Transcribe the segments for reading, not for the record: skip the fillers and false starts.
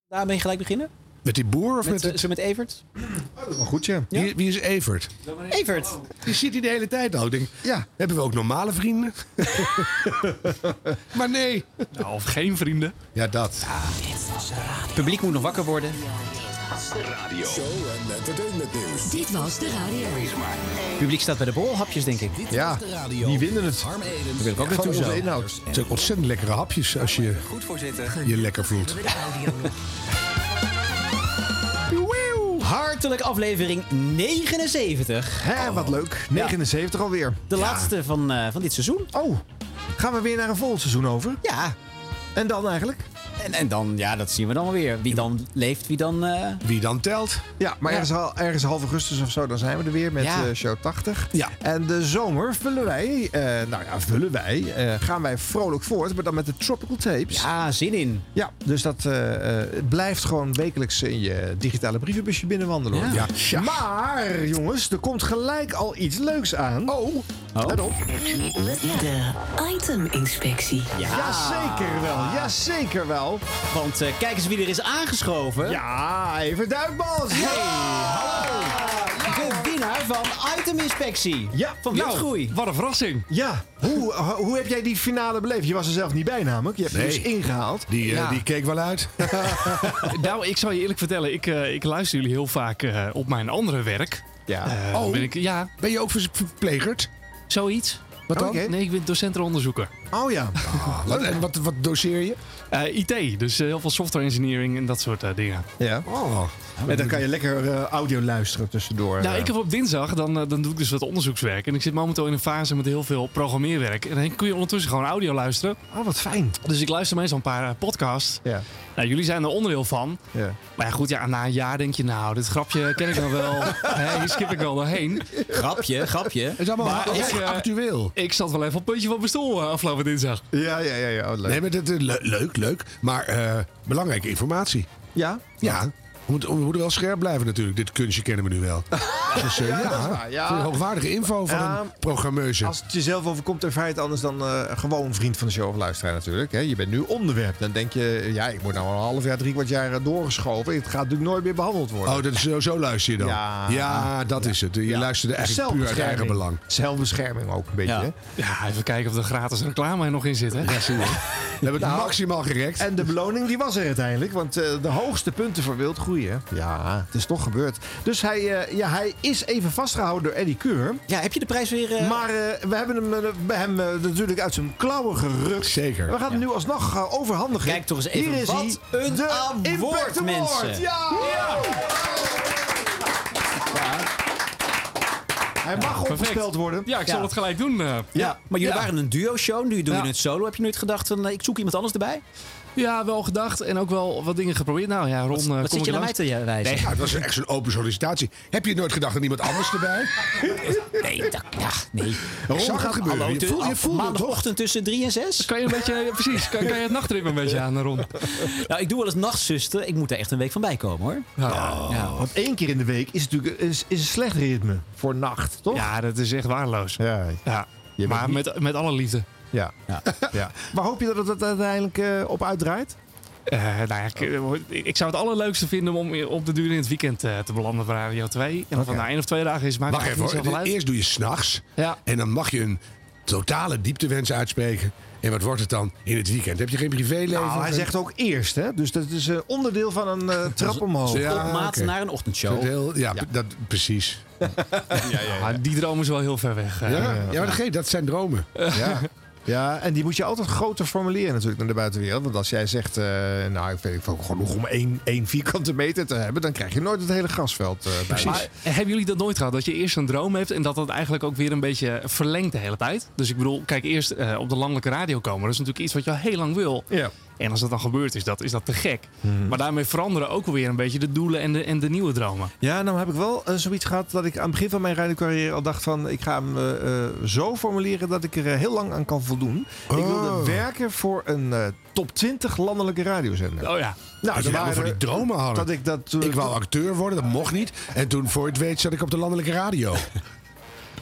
Daarmee gelijk beginnen? Met die boer of Zo met Evert? Dat is wel goed, ja. Wie is Evert? Evert! Die zit hier de hele tijd al. Ik denk, Ja. hebben we ook normale vrienden? Maar nee. Nou, of geen vrienden. Ja, dat. Het publiek moet nog wakker worden. Radio. Show en entertainment nieuws. Dit was de radio. Het publiek staat bij de borrelhapjes, denk ik. Ja, die winnen het. Harm Edens. Daar wil ik ook Van naartoe onze zo. inhoud. Het zijn ook ontzettend lekkere hapjes als je Goed voorzitten. je lekker voelt. We de audio nog. Hartelijk aflevering 79. Hè, wat leuk. 79 alweer. De laatste van dit seizoen. Oh, gaan we weer naar een vol seizoen over? Ja. En dan eigenlijk? En dan, ja, dat zien we dan wel weer. Wie dan leeft, wie dan... Wie dan telt? Ja, maar ergens half augustus of zo, dan zijn we er weer met Ja. show 80. Ja. En de zomer gaan wij vrolijk voort, maar dan met de Tropical Tapes. Ja, zin in. Ja, dus dat blijft gewoon wekelijks in je digitale brievenbusje binnenwandelen. Hoor. Ja. Ja. Maar, jongens, er komt gelijk al iets leuks aan. Oh. Let op. De iteminspectie. Jazeker wel, jazeker wel. Want kijk eens wie er is aangeschoven. Ja, even Duikbals. Hallo. De winnaar van Iteminspectie. Ja. Van Wildgroei. Wat een verrassing. Ja, hoe heb jij die finale beleefd? Je was er zelf niet bij namelijk. Je hebt er dus ingehaald. Die keek wel uit. Nou, ik zal je eerlijk vertellen. Ik luister jullie heel vaak op mijn andere werk. Ja. Ben je ook verplegerd? Zoiets. Wat dan? Oké. Nee, ik ben docent en onderzoeker. Oh ja. En wat doseer je? IT, dus heel veel software engineering en dat soort dingen. Ja. Oh. En dan kan je lekker audio luisteren tussendoor. Nou, ik heb op dinsdag, dan doe ik dus wat onderzoekswerk. En ik zit momenteel in een fase met heel veel programmeerwerk. En dan kun je ondertussen gewoon audio luisteren. Oh, wat fijn. Dus ik luister meestal een paar podcasts. Ja. Nou, jullie zijn er onderdeel van. Ja. Maar ja, goed, na een jaar denk je, nou, dit grapje ken ik nog wel. Hier skip ik wel doorheen. Grapje. Het is allemaal Maar ik, actueel. Ik zat wel even op het puntje van mijn stoel afgelopen dinsdag. Ja. Oh, leuk. Nee, maar leuk. Maar belangrijke informatie. Ja? Ja. We moeten wel scherp blijven natuurlijk. Dit kunstje kennen we nu wel. Dus dat is waar, ja. hoogwaardige info van Ja, een programmeuze. Als het jezelf overkomt, ervaar je het anders dan gewoon vriend van de show of luisteraar natuurlijk. Hè? Je bent nu onderwerp. Dan denk je, ja, ik word nou al een half jaar, 3/4 jaar doorgeschoven. Het gaat natuurlijk nooit meer behandeld worden. Oh, dat is zo luister je dan. Ja. Dat is het. Je luisterde eigenlijk puur uit eigen belang. Zelfbescherming ook een beetje. Ja. Hè? Ja, even kijken of er gratis reclame er nog in zit, hè? Ja, zie je. We hebben het maximaal gerekt. En de beloning die was er uiteindelijk. Want de hoogste punten voor wildgroei. Hè? Ja, het is toch gebeurd. Dus hij is even vastgehouden door Eddie Keur. Ja, heb je de prijs weer... Maar we hebben hem natuurlijk uit zijn klauwen gerukt. Zeker. We gaan hem nu alsnog overhandigen. Kijk toch eens even, Hier is wat hij, een de award, Impact Award. mensen. Ja! Hij mag opgesteld worden. Ja, ik zal Ja. het gelijk doen. Ja, maar jullie Ja. waren een duo-show. Nu doe je Ja. het solo. Heb je nooit gedacht van, ik zoek iemand anders erbij? Ja, wel gedacht en ook wel wat dingen geprobeerd. Nou ja, Ron, Wat kom zit je ik naar mij langs. te wijzen? Ja, het was echt zo'n open sollicitatie. Heb je nooit gedacht aan iemand anders erbij? Nee. Ron gaat gebeuren. Hallo, Je voelde het toch? maandagochtend tussen 3 en 6? Kan je een beetje, precies, kan je het nachtritme een beetje aan, Ron? Nou, ik doe wel eens nachtzuster. Ik moet er echt een week van bij komen, hoor. Ja, Want 1 keer in de week is natuurlijk is een slecht ritme voor nacht, toch? ja, dat is echt waardeloos. Ja. Ja. Je bent Maar niet- met alle liefde. Ja. Ja. Waar hoop je dat het uiteindelijk op uitdraait? Nou ja, ik zou het allerleukste vinden om op de duur in het weekend te belanden bij Radio 2. En of het nou 1 of 2 dagen is, maakt Wacht het even niet zoveel hoor. uit. Eerst doe je 's nachts. Ja. En dan mag je een totale dieptewens uitspreken. En wat wordt het dan in het weekend? Heb je geen privéleven? Nou, hij zegt ook eerst, hè? Dus dat is onderdeel van een trap omhoog. Ja, Op maat oké. naar een ochtendshow. Ja, dat precies. Die droom is wel heel ver weg. Ja, maar dat zijn dromen. Ja. Ja, en die moet je altijd groter formuleren natuurlijk naar de buitenwereld. Want als jij zegt, nou, ik vind het gewoon genoeg om 1 vierkante meter te hebben, dan krijg je nooit het hele grasveld bij. Maar hebben jullie dat nooit gehad? Dat je eerst een droom hebt en dat dat eigenlijk ook weer een beetje verlengt de hele tijd? Dus ik bedoel, kijk, eerst op de landelijke radio komen. Dat is natuurlijk iets wat je al heel lang wil. Ja. En als dat dan gebeurt, is dat te gek. Maar daarmee veranderen ook alweer een beetje de doelen en de nieuwe dromen. Ja, nou heb ik wel zoiets gehad dat ik aan het begin van mijn radiocarrière al dacht van, ik ga hem zo formuleren dat ik er heel lang aan kan voldoen. Ik wilde werken voor een top 20 landelijke radiozender. Oh ja. Nou, Als je nou voor die dromen hadden. Ik wou acteur worden, dat mocht niet. En toen, voor je het weet, zat ik op de landelijke radio.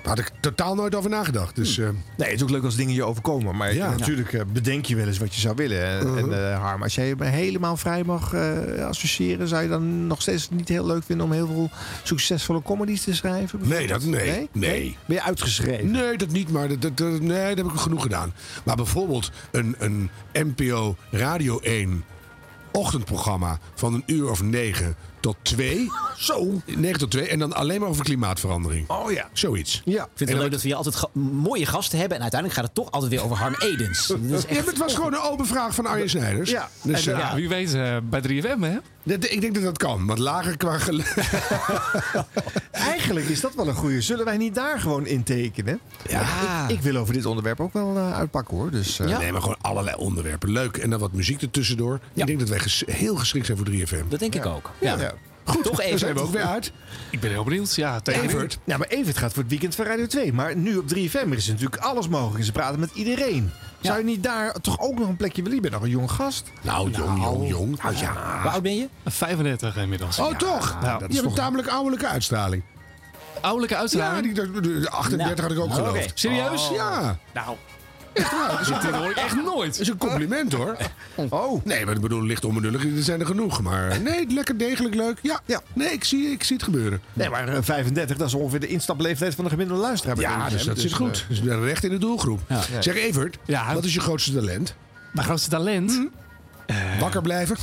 Had ik totaal nooit over nagedacht. Dus, Nee, het is ook leuk als dingen je overkomen. Maar Ja. natuurlijk bedenk je wel eens wat je zou willen. En Harm, als jij je helemaal vrij mag associëren... zou je dan nog steeds niet heel leuk vinden... om heel veel succesvolle comedies te schrijven? Nee. Ben je uitgeschreven? Nee, dat niet, maar dat heb ik genoeg gedaan. Maar bijvoorbeeld een NPO Radio 1 ochtendprogramma van 1 uur of 9 tot 2. Zo. 9 tot 2 en dan alleen maar over klimaatverandering. Oh ja. Zoiets. Ja. Ik vind het leuk dat we hier altijd mooie gasten hebben. En uiteindelijk gaat het toch altijd weer over Harm Edens. Dat is Ja, echt... maar het was gewoon een open vraag van Arjen Snijders. Ja. Dus, Ja, wie weet bij 3FM, hè? ik denk dat dat kan. Want lager qua Eigenlijk is dat wel een goeie. Zullen wij niet daar gewoon intekenen? Ja. Ik wil over dit onderwerp ook wel uitpakken, hoor. Dus, Ja. Nee, maar gewoon allerlei onderwerpen. Leuk. En dan wat muziek ertussendoor. Ja. Ik denk dat wij heel geschikt zijn voor 3FM. Dat denk ik ook. Ja. Ja. Goed, toch Daar even. zijn we ook weer uit. Ik ben heel benieuwd. Ja, tegen Evert. Ja, maar Evert gaat voor het weekend van Radio 2. Maar nu op 3FM is natuurlijk alles mogelijk. Ze praten met iedereen. Zou je niet daar toch ook nog een plekje willen? Je bent nog een jong gast. Nou, jong. Hoe oud ben je? 35 inmiddels. Oh, toch? Nou, dat is Je hebt een toch- tamelijk ouderlijke uitstraling. Ouderlijke Ja, uitstraling. de 38 had ik ook Nou, geloofd. oké. Serieus? Ja, Nou, dit hoor ik echt nooit. dat is een compliment hoor. Oh. Nee, maar ik bedoel, licht onbenullig, er zijn er genoeg. Maar nee, lekker degelijk leuk. Ja. Nee, ik zie het gebeuren. Nee, maar 35, dat is ongeveer de instapleeftijd van de gemiddelde luisteraar. bij Ja, 3FM. dus dat zit goed. Dus we zijn recht in de doelgroep. Ja. Zeg Evert, Ja. wat is je grootste talent? Mijn grootste talent? Wakker blijven?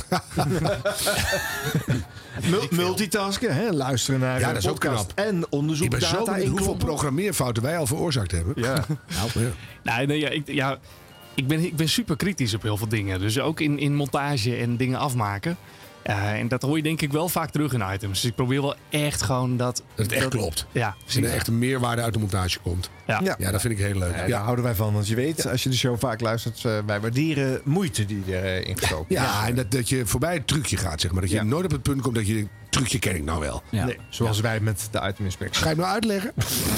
Multitasken, hè? Luisteren naar Ja, dat is ook podcast knap. en Ik onderzoekdata ben zo benieuwd hoeveel inkloppen. programmeerfouten wij al veroorzaakt hebben. Ja. Ik ben super kritisch op heel veel dingen. Dus ook in montage en dingen afmaken. En dat hoor je denk ik wel vaak terug in items. Dus ik probeer wel echt gewoon dat... Dat het echt klopt. Ja, En precies. er echt een meerwaarde uit de montage komt. Ja. Ja. Ja, dat vind ik heel leuk. Daar Ja, houden wij van. Want je weet, als je de show vaak luistert, wij waarderen moeite die erin gestoken is. ja en dat je voorbij het trucje gaat, zeg maar. Dat je Ja. nooit op het punt komt dat je denkt, trucje ken ik nou wel. Ja. Nee, zoals wij met de iteminspectie. Ga je het nou uitleggen?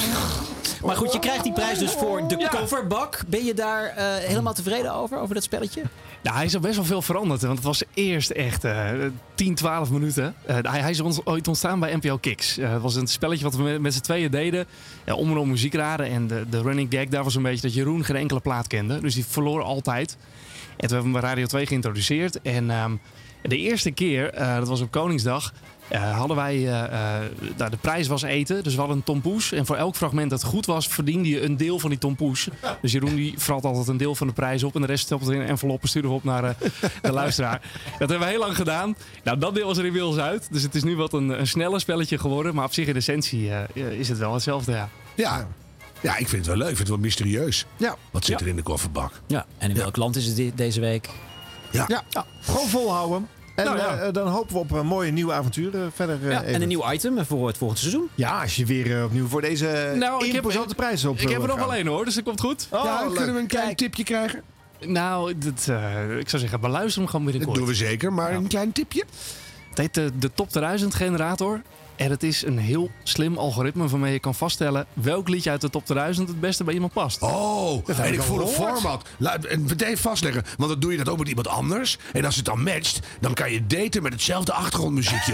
Maar goed, je krijgt die prijs dus voor de coverbak. Ben je daar helemaal tevreden over dat spelletje? Nou, hij is al best wel veel veranderd. Want het was eerst echt 10, 12 minuten. Hij is ooit ontstaan bij NPO Kicks. Het was een spelletje wat we met z'n tweeën deden. Om en om muziek raden. En de running gag daar was een beetje dat Jeroen geen enkele plaat kende. Dus die verloor altijd. En toen hebben we hem bij Radio 2 geïntroduceerd. En de eerste keer, dat was op Koningsdag... hadden wij, de prijs was eten, dus we hadden een tompoes. En voor elk fragment dat goed was, verdiende je een deel van die tompoes. Dus Jeroen die vrat altijd een deel van de prijs op. En de rest stopt het in een envelop en sturen we op naar de luisteraar. Dat hebben we heel lang gedaan. Nou, dat deel was er inmiddels uit. Dus het is nu wat een sneller spelletje geworden. Maar op zich in essentie is het wel hetzelfde, ja. Ja, ik vind het wel leuk. Ik vind het wel mysterieus. Ja. Wat zit er in de kofferbak? Ja. En in welk land is het deze week? Ja, gewoon volhouden. En Nou, dan hopen we op mooie nieuwe avonturen verder. Ja, Even. en een nieuw item voor het volgende seizoen. Ja, als je weer opnieuw voor deze imposante prijs op Ik heb er nog gaan. wel één hoor, dus dat komt goed. Oh, ja, leuk. kunnen we een klein tipje krijgen? Nou, ik zou zeggen, beluister hem gewoon Dat binnenkort. doen we zeker, maar een klein tipje. Het heet de Top 1000 generator. En het is een heel slim algoritme waarmee je kan vaststellen welk liedje uit de Top 1000 het beste bij iemand past. Oh, en ik voel een format. En meteen vastleggen, want dan doe je dat ook met iemand anders. En als het dan matcht, dan kan je daten met hetzelfde achtergrondmuziekje.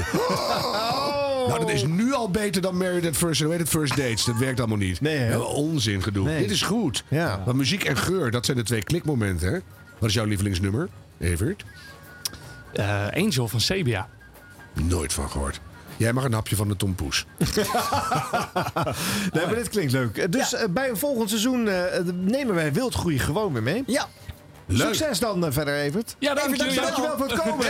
Nou, dat is nu al beter dan Married at First, First Dates. Dat werkt allemaal niet. Nee, hè? Onzin gedoe. Nee. Dit is goed. Ja. Want muziek en geur, dat zijn de 2 klikmomenten. Hè? Wat is jouw lievelingsnummer, Evert? Angel van Sebia. Nooit van gehoord. Jij mag een hapje van de tompoes. Nee, maar dit klinkt leuk. Dus bij een volgend seizoen nemen wij Wildgroei gewoon weer mee. Ja. Leuk. Succes dan verder, Evert. Ja, dank Evert, jullie. dankjewel voor het komen.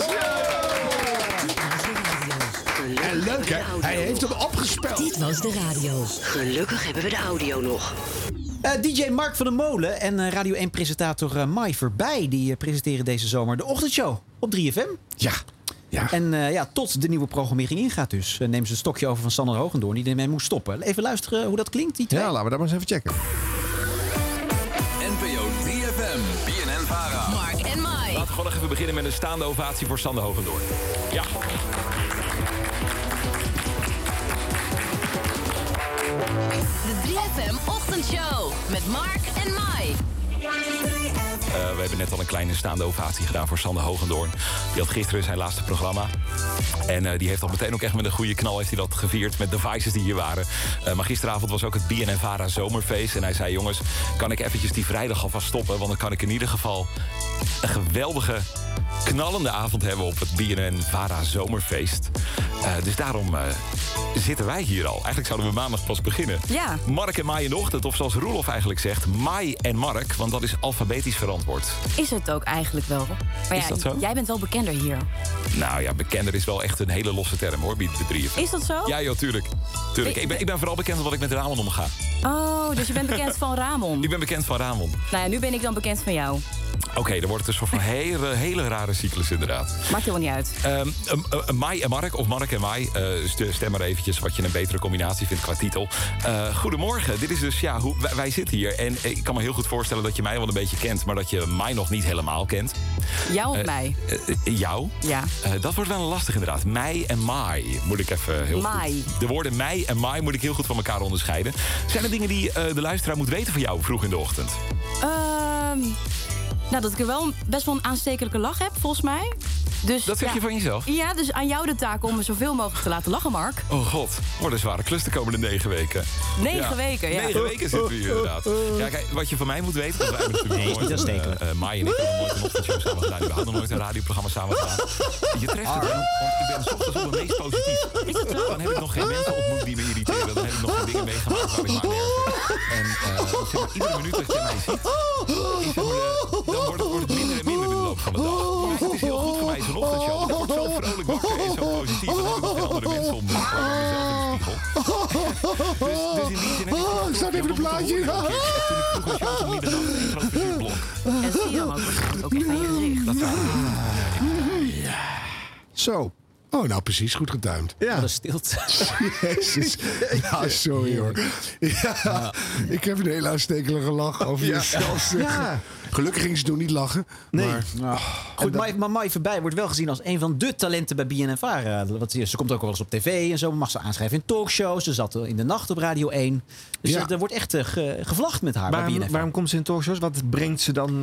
En leuk, hè? Hij heeft hem opgespeld. Dit was de radio. Gelukkig hebben we de audio nog. DJ Mark van der Molen en Radio 1-presentator Mai Verbij... die presenteren deze zomer de ochtendshow op 3FM. Ja. En tot de nieuwe programmering ingaat dus... nemen ze het stokje over van Sander Hogendoorn... die ermee moest stoppen. Even luisteren hoe dat klinkt, die twee. Ja, laten we dat maar eens even checken. NPO 3FM, BNN-Vara. Mark en Mai. Laten we gewoon nog even beginnen met een staande ovatie voor Sander Hogendoorn. Ja. De 3FM Ochtendshow met Mark en Mai. 3FM. We hebben net al een kleine staande ovatie gedaan voor Sander Hogendoorn. Die had gisteren zijn laatste programma. En die heeft al meteen ook echt met een goede knal heeft hij dat gevierd met de Vices die hier waren. Maar gisteravond was ook het BNN-Vara zomerfeest. En hij zei, jongens, kan ik eventjes die vrijdag alvast stoppen? Want dan kan ik in ieder geval een geweldige, knallende avond hebben op het BNN-Vara zomerfeest. Dus daarom zitten wij hier al. Eigenlijk zouden we maandag pas beginnen. Ja. Mark en Mai in de ochtend, of zoals Roelof eigenlijk zegt, Mai en Mark, want dat is alfabetisch verantwoord. Is het ook eigenlijk wel? Maar Is dat zo? Jij bent wel bekender hier. Nou ja, bekender is wel echt een hele losse term, hoor, bij de 3. Is dat zo? Ja, joh, tuurlijk. Ik ben vooral bekend omdat ik met Ramon omga. Oh, dus je bent bekend van Ramon. Ik ben bekend van Ramon. Nou ja, nu ben ik dan bekend van jou. Oké, dan wordt het een soort van hele rare cyclus inderdaad. Maakt helemaal niet uit. Mai en Mark, of Mark en Mai. Stem maar eventjes wat je een betere combinatie vindt qua titel. Goedemorgen, dit is dus, ja, wij zitten hier. En ik kan me heel goed voorstellen dat je mij wel een beetje kent, maar dat je Mai nog niet helemaal kent. Jou of mij? Jou? Ja. Dat wordt wel lastig inderdaad. Mei en Mai moet ik even heel Mai. goed. De woorden mei en Mai moet ik heel goed van elkaar onderscheiden. Zijn er dingen die de luisteraar moet weten van jou vroeg in de ochtend? Nou, dat ik er wel best wel een aanstekelijke lach heb, volgens mij. Dus, Dat zeg je van jezelf? Ja, dus aan jou de taak om me zoveel mogelijk te laten lachen, Mark. Oh god, wordt een zware klus de komende 9 weken. 9 weken, ja. 9 weken zitten we hier inderdaad. Ja, kijk, wat je van mij moet weten, want wij hebben natuurlijk Nee, niet aanstekelijk. Mai en ik hebben nog nooit een ochtendshow samen gedaan. We hadden nog nooit een radioprogramma samen gedaan. Je treft het wel, want ik ben 's ochtends op het meest positief. Is dat zo? Dan heb ik nog geen mensen ontmoet die me irriteren. Dan heb ik nog geen dingen meegemaakt waar ik me aan erger. En zeg maar, iedere minuut dat je mij ziet, dan wordt het minder en minder in de loop van de dag. Maar het is heel goed voor mij, zo'n ochtendshow. Ik word zo vrolijk wakker en zo positief. Dan heb ik nog geen andere mensen om mezelf in de spiegel. Dus in die zin heb ik... Staat even een plaatje. Toen ik vroeger show toen niet de dag een groot verzuurblok. En zie je dan ook waarschijnlijk ook echt aan je gezicht. Dat zou Zo. Oh, nou precies, goed getuimd. Ja. Wat een stilte. Jezus. Ja, sorry hoor. Ja, ik heb een hele aanstekelige lach over jezelf zeggen. Ja. Gelukkig ging ze toen niet lachen. Nee. Maar, Goed, maar Mai Verbij wordt wel gezien als een van de talenten bij BNN-Vara. Ze komt ook wel eens op tv en zo. Mag ze aanschrijven in talkshows. Ze zat in de nacht op Radio 1. Dus Ja. er wordt echt gevlacht met haar bij BNN-Vara. Waarom komt ze in talkshows? Wat brengt ze dan...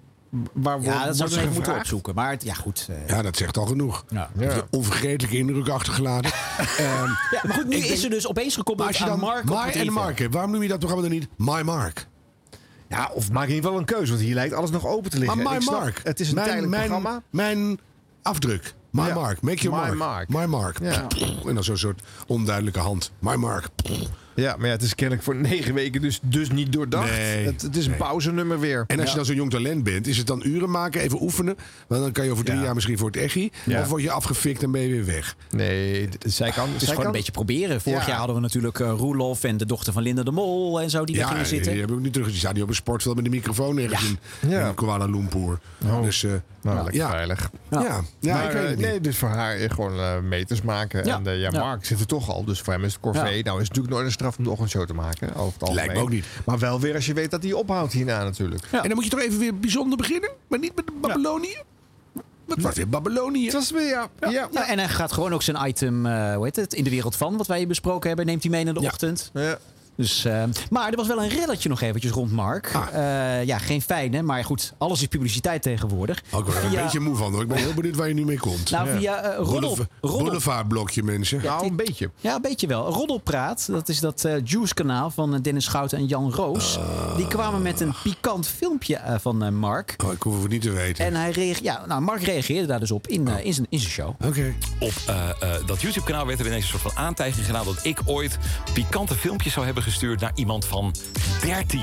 waar Ja, dat zou ze even moeten gevraagd? opzoeken. Maar ja, goed. ja, dat zegt al genoeg. Ja. Heeft een onvergetelijke indruk achtergelaten. Ja, maar goed, nu is ze dus opeens Maar gekoppeld als je aan dan Mark. op Mai het en eten. Mark hebt, waarom noem je dat programma dan niet My Mark? Ja, of maak in ieder geval een keuze. Want hier lijkt alles nog open te liggen. Maar Ik My snap, Mark. Het is een tijdelijk programma. Mijn afdruk. My Ja. Mark. Make your My mark. mark. My Mark. Ja. En dan zo'n soort onduidelijke hand. My Mark. Ja, maar ja, het is kennelijk voor 9 weken dus niet doordacht. Nee. Het is een pauzenummer weer. En als je dan zo'n jong talent bent, is het dan uren maken, even oefenen? Want dan kan je over 3 jaar misschien voor het echi. Ja. Of word je afgefikt en ben je weer weg. Nee, zij kan... Het is gewoon een beetje proberen. Vorig jaar hadden we natuurlijk Roelof en de dochter van Linda de Mol en zo die daar gingen zitten. die hebben ook niet terug. Die staan die op een sportveld met een microfoon ergens in Kuala Lumpur. Dus Nou, lekker veilig. ja, Maar, ik weet het niet. nee, dus voor haar gewoon meters maken. Ja. En Mark zit er toch al. Dus voor hem is het corvée. Ja. Nou is het natuurlijk nooit een straf om de ochtendshow te maken. Over het algemeen. Lijkt me ook niet. Maar wel weer als je weet dat hij ophoudt hierna natuurlijk. Ja. En dan moet je toch even weer bijzonder beginnen? Maar niet met de Babylonië? Wat was dit? Babylonië? Het was weer, ja. Ja, en hij gaat gewoon ook zijn item, hoe heet het, in de wereld van, wat wij besproken hebben, neemt hij mee in de ochtend. Ja. Dus, maar er was wel een reddetje nog eventjes rond Mark. Ja, geen fijne, maar goed, alles is publiciteit tegenwoordig. Ook wel een Via- beetje moe van hoor. Ik ben heel benieuwd waar je nu mee komt. Nou, via Roddel. Boulevardblokje, mensen. Nou, een beetje. Ja, een beetje wel. Roddelpraat, dat is dat Juice-kanaal van Dennis Schouten en Jan Roos. Die kwamen met een pikant filmpje van Mark. Oh, ik hoef het niet te weten. En hij Mark reageerde daar dus op in zijn show. Oké. Op dat YouTube-kanaal werd er ineens een soort van aantijging gedaan dat ik ooit pikante filmpjes zou hebben gestuurd naar iemand van 13.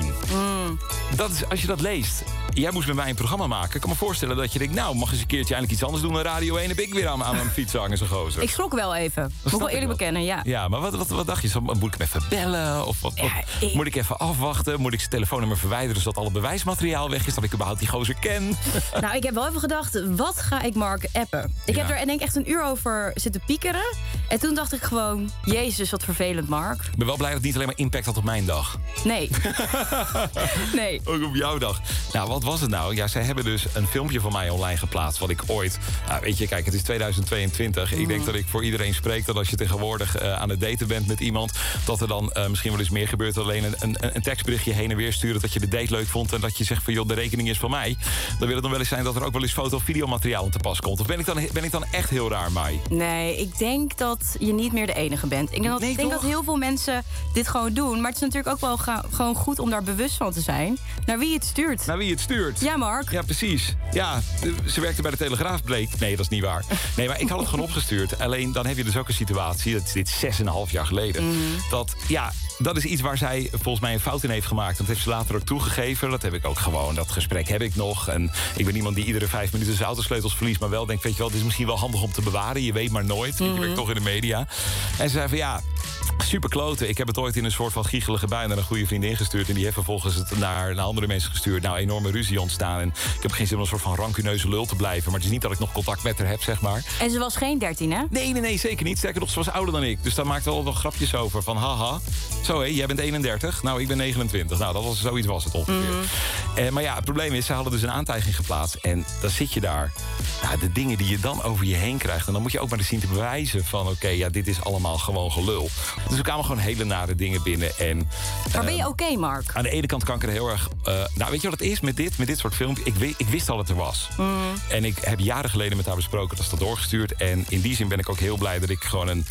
Dat is, als je dat leest. Jij moest met mij een programma maken. Ik kan me voorstellen dat je denkt, nou, mag eens een keertje eindelijk iets anders doen dan Radio 1. Heb ik weer aan mijn fiets hangen, zo'n gozer. Ik schrok wel even. Moet ik wel snap ik eerlijk wel. bekennen, ja. Ja, maar wat dacht je? Moet ik hem even bellen? Of wat, Ja, moet ik even afwachten? Moet ik zijn telefoonnummer verwijderen zodat alle bewijsmateriaal weg is? Dat ik überhaupt die gozer ken? Nou, ik heb wel even gedacht, wat ga ik Mark appen? Ik heb er denk ik echt een uur over zitten piekeren. En toen dacht ik gewoon, jezus, wat vervelend, Mark. Ik ben wel blij dat het niet alleen maar impact had op mijn dag. Nee. Nee. Ook op jouw dag. Nou, wat was het nou? Ja, zij hebben dus een filmpje van mij online geplaatst. Wat ik ooit... Nou, weet je, kijk, het is 2022. Ik denk dat ik voor iedereen spreek dat als je tegenwoordig aan het daten bent met iemand... dat er dan misschien wel eens meer gebeurt. Alleen een tekstberichtje heen en weer sturen dat je de date leuk vond... en dat je zegt van, joh, de rekening is van mij. Dan wil het dan wel eens zijn dat er ook wel eens foto- of videomateriaal aan te pas komt. Of ben ik dan echt heel raar, Mai? Nee, ik denk dat je niet meer de enige bent. Ik denk dat heel veel mensen dit gewoon doen. Maar het is natuurlijk ook wel gewoon goed om daar bewust van te zijn. Naar wie het stuurt. Naar wie het stuurt? Ja, Mark. Ja, precies. Ja, ze werkte bij de Telegraaf, bleek. Nee, dat is niet waar. Nee, maar ik had het gewoon opgestuurd. Alleen dan heb je dus ook een situatie, dat is dit 6,5 jaar geleden... dat is iets waar zij volgens mij een fout in heeft gemaakt. Dat heeft ze later ook toegegeven. Dat heb ik ook gewoon. Dat gesprek heb ik nog. En ik ben iemand die iedere 5 minuten zijn autosleutels verliest... maar wel denkt, weet je wel, het is misschien wel handig om te bewaren. Je weet maar nooit. Je werkt toch in de media. En ze zei van, ja... Super kloten. Ik heb het ooit in een soort van giechelige bui naar een goede vriendin gestuurd. En die heeft vervolgens het naar andere mensen gestuurd. Nou, enorme ruzie ontstaan. En ik heb geen zin om een soort van rancuneuze lul te blijven. Maar het is niet dat ik nog contact met haar heb, zeg maar. En ze was geen 13, hè? Nee, zeker niet. Sterker nog, ze was ouder dan ik. Dus daar maakte wel nog grapjes over. Van haha. Zo hé, jij bent 31. Nou, ik ben 29. Nou, zoiets was het ongeveer. Maar ja, het probleem is, ze hadden dus een aantijging geplaatst. En dan zit je daar. Nou, de dingen die je dan over je heen krijgt. En dan moet je ook maar eens zien te bewijzen van... oké, dit is allemaal gewoon gelul. Dus er kwamen gewoon hele nare dingen binnen. En, maar ben je oké, Mark? Aan de ene kant kan ik er heel erg... nou, weet je wat het is met dit soort filmpjes? Ik wist al dat het er was. En ik heb jaren geleden met haar besproken dat ze dat doorgestuurd. En in die zin ben ik ook heel blij dat ik gewoon een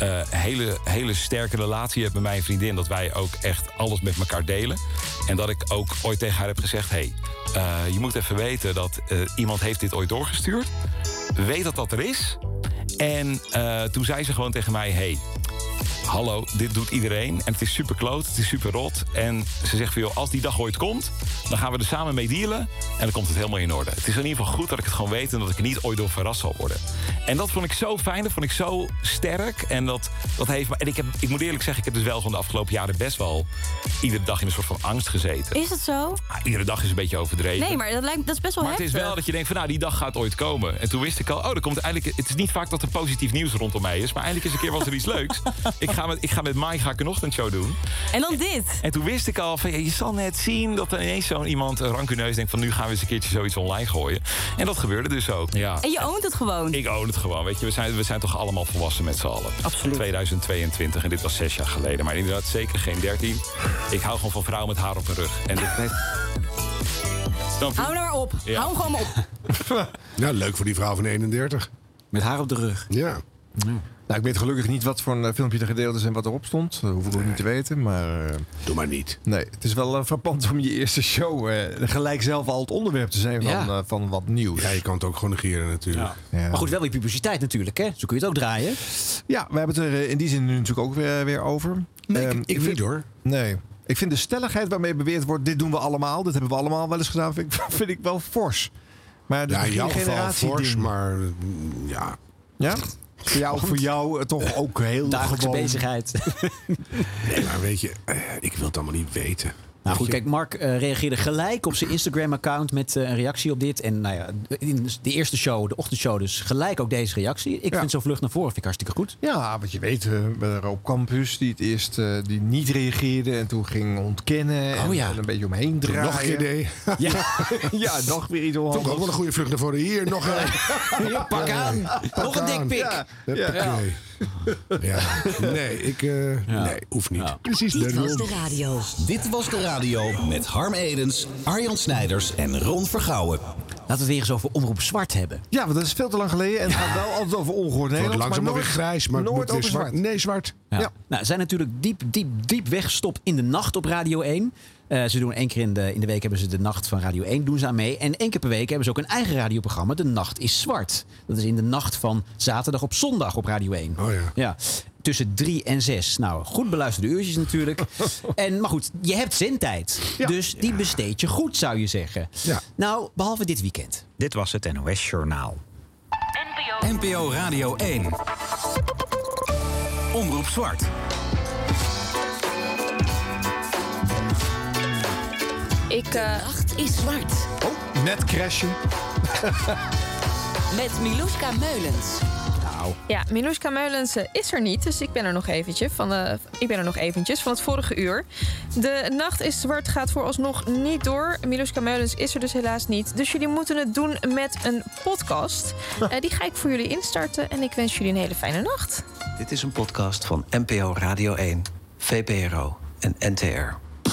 hele sterke relatie heb met mijn vriendin. Dat wij ook echt alles met elkaar delen. En dat ik ook ooit tegen haar heb gezegd... hey, je moet even weten dat iemand heeft dit ooit doorgestuurd. Weet dat er is. En toen zei ze gewoon tegen mij... hey, hallo, dit doet iedereen. En het is super kloot, het is super rot. En ze zegt van, joh, als die dag ooit komt... dan gaan we er samen mee dealen. En dan komt het helemaal in orde. Het is in ieder geval goed dat ik het gewoon weet... en dat ik er niet ooit door verrast zal worden. En dat vond ik zo fijn, dat vond ik zo sterk. En dat heeft me... En ik moet eerlijk zeggen, ik heb dus wel gewoon de afgelopen jaren... best wel iedere dag in een soort van angst gezeten. Is het zo? Iedere dag is een beetje overdreven. Nee, maar dat is best wel maar heftig. Het is wel dat je denkt van, nou, die dag gaat ooit komen. En toen wist ik al, er komt eigenlijk... Het is niet vaak dat er positief nieuws rondom mij is... maar eindelijk eens een keer was er iets leuks. Ik ga met Mai een ochtendshow doen. En dan dit. En toen wist ik al van, je zal net zien... dat er ineens zo'n iemand rancuneus denkt van... nu gaan we eens een keertje zoiets online gooien. En dat gebeurde dus ook. Ja. En je oont het gewoon. Ik own het gewoon. Weet je, we zijn toch allemaal volwassen met z'n allen. Absoluut. 2022 en dit was 6 jaar geleden. Maar inderdaad zeker geen 13. Ik hou gewoon van vrouwen met haar op hun rug. En dit heeft... Hou nou maar op. Ja. Hou hem gewoon op. Ja, leuk voor die vrouw van 31. Met haar op de rug. Ja. Nou, ik weet gelukkig niet wat voor een filmpje er gedeeld is en wat erop stond. Dat hoef ik ook niet te weten, maar... Doe maar niet. Nee, het is wel frappant om je eerste show gelijk zelf al het onderwerp te zijn van wat nieuws. Ja, je kan het ook gewoon negeren natuurlijk. Ja. Ja. Maar goed, wel weer publiciteit natuurlijk, hè? Zo kun je het ook draaien. Ja, we hebben het er in die zin nu natuurlijk ook weer over. Nee, ik niet hoor. Nee. Ik vind de stelligheid waarmee beweerd wordt, dit doen we allemaal, dit hebben we allemaal wel eens gedaan, vind ik wel fors. Maar Ja, in jouw geval fors, maar ja. Ja? Voor jou toch ook heel dagelijkse gewoon... bezigheid. Nee, maar weet je, ik wil het allemaal niet weten. Nou goed, kijk, Mark reageerde gelijk op zijn Instagram-account met een reactie op dit. En nou ja, in de eerste show, de ochtendshow, dus gelijk ook deze reactie. Ik vind zo'n vlucht naar voren vind ik hartstikke goed. Ja, wat je weet, op campus die het eerst die niet reageerde en toen ging ontkennen en een beetje omheen draaien. Nog een idee. Ja, nog weer iets onhandigs. Toch ook wel een goede vlucht naar voren. Hier, nog een. Ja, pak aan. Nog een dikpik. Ja. Nee, nee, hoeft niet. Ja. Precies. Dit was de radio. Dit was de radio met Harm Edens, Arjan Snijders en Ron Vergouwen. Laten we het weer eens over Omroep Zwart hebben. Ja, want dat is veel te lang geleden en het gaat wel altijd over ongehoord Het wordt Nederland. langzaam maar weer grijs, maar het moet nooit weer over zwart. Nee, zwart. Ja. Nou, zijn natuurlijk diep weggestopt in de nacht op Radio 1. Ze doen 1 keer in de week hebben ze de nacht van Radio 1 doen ze aan mee. En 1 keer per week hebben ze ook een eigen radioprogramma. De Nacht is Zwart. Dat is in de nacht van zaterdag op zondag op Radio 1. Oh ja. Tussen 3 en 6. Nou, goed beluisterde uurtjes natuurlijk. Maar goed, je hebt zendtijd. Ja. Dus die besteed je goed, zou je zeggen. Ja. Nou, behalve dit weekend. Dit was het NOS Journaal. NPO Radio 1. Omroep Zwart. Nacht is zwart. Oh, net crashen. Met Milouska Meulens. Nou, nou? Ja, Milouska Meulens is er niet, dus ik ben er nog eventjes van het vorige uur. De Nacht is Zwart gaat vooralsnog niet door. Milouska Meulens is er dus helaas niet. Dus jullie moeten het doen met een podcast. Die ga ik voor jullie instarten en ik wens jullie een hele fijne nacht. Dit is een podcast van NPO Radio 1, VPRO en NTR.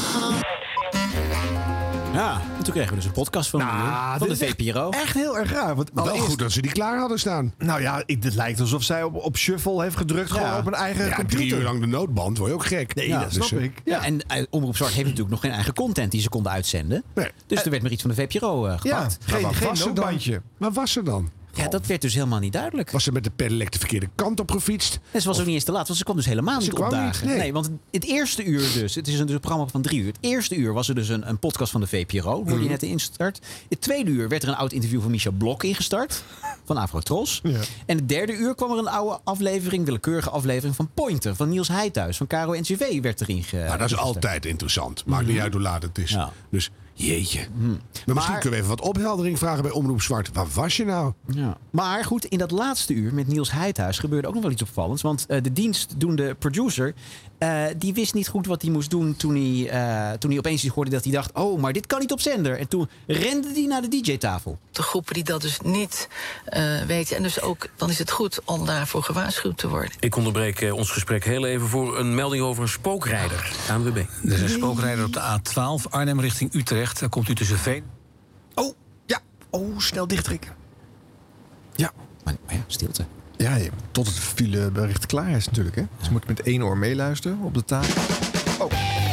Ja, en toen kregen we dus een podcast van de VPRO. Echt heel erg raar. Want wel goed dat ze die klaar hadden staan. Nou ja, het lijkt alsof zij op shuffle heeft gedrukt. Gewoon op een eigen computer. 3 uur lang de noodband, word je ook gek. Nee, dat snap ik. Ja, en Omroep Zwart heeft natuurlijk nog geen eigen content die ze konden uitzenden. Nee. Dus er werd maar iets van de VPRO gepakt. Ja, geen noodbandje. Waar was ze dan? Ja, dat werd dus helemaal niet duidelijk. Was ze met de pedelec de verkeerde kant op gefietst? En ze was ook niet eens te laat, want ze kwam dus helemaal niet opdagen. Nee, want het eerste uur dus, het is een programma van 3 uur. Het eerste uur was er dus een podcast van de VPRO, hoorde je net ingestart. Het tweede uur werd er een oud interview van Michel Blok ingestart, van Afro-Tros. Ja. En het derde uur kwam er een oude aflevering, willekeurige aflevering van Pointer, van Niels Heithuis, van Caro NCV werd erin Nou, dat is altijd interessant. Maakt niet uit hoe laat het is. Ja. Dus jeetje. Maar misschien kunnen we even wat opheldering vragen bij Omroep Zwart. Waar was je nou? Ja. Maar goed, in dat laatste uur met Niels Heithuis gebeurde ook nog wel iets opvallends. Want de dienstdoende producer, die wist niet goed wat hij moest doen toen hij opeens hoorde dat hij dacht, oh, maar dit kan niet op zender. En toen rende hij naar de DJ-tafel. De groepen die dat dus niet weten. En dus ook, dan is het goed om daarvoor gewaarschuwd te worden. Ik onderbreek ons gesprek heel even voor een melding over een spookrijder. ANWB. Er is een spookrijder op de A12, Arnhem richting Utrecht. Dan komt u tussen Veen. Oh, ja. Oh, snel dichttrekken. Ja. Maar ja, stilte. Ja, tot het filebericht klaar is natuurlijk. Hè? Dus je moet met 1 oor meeluisteren op de tafel. Oh.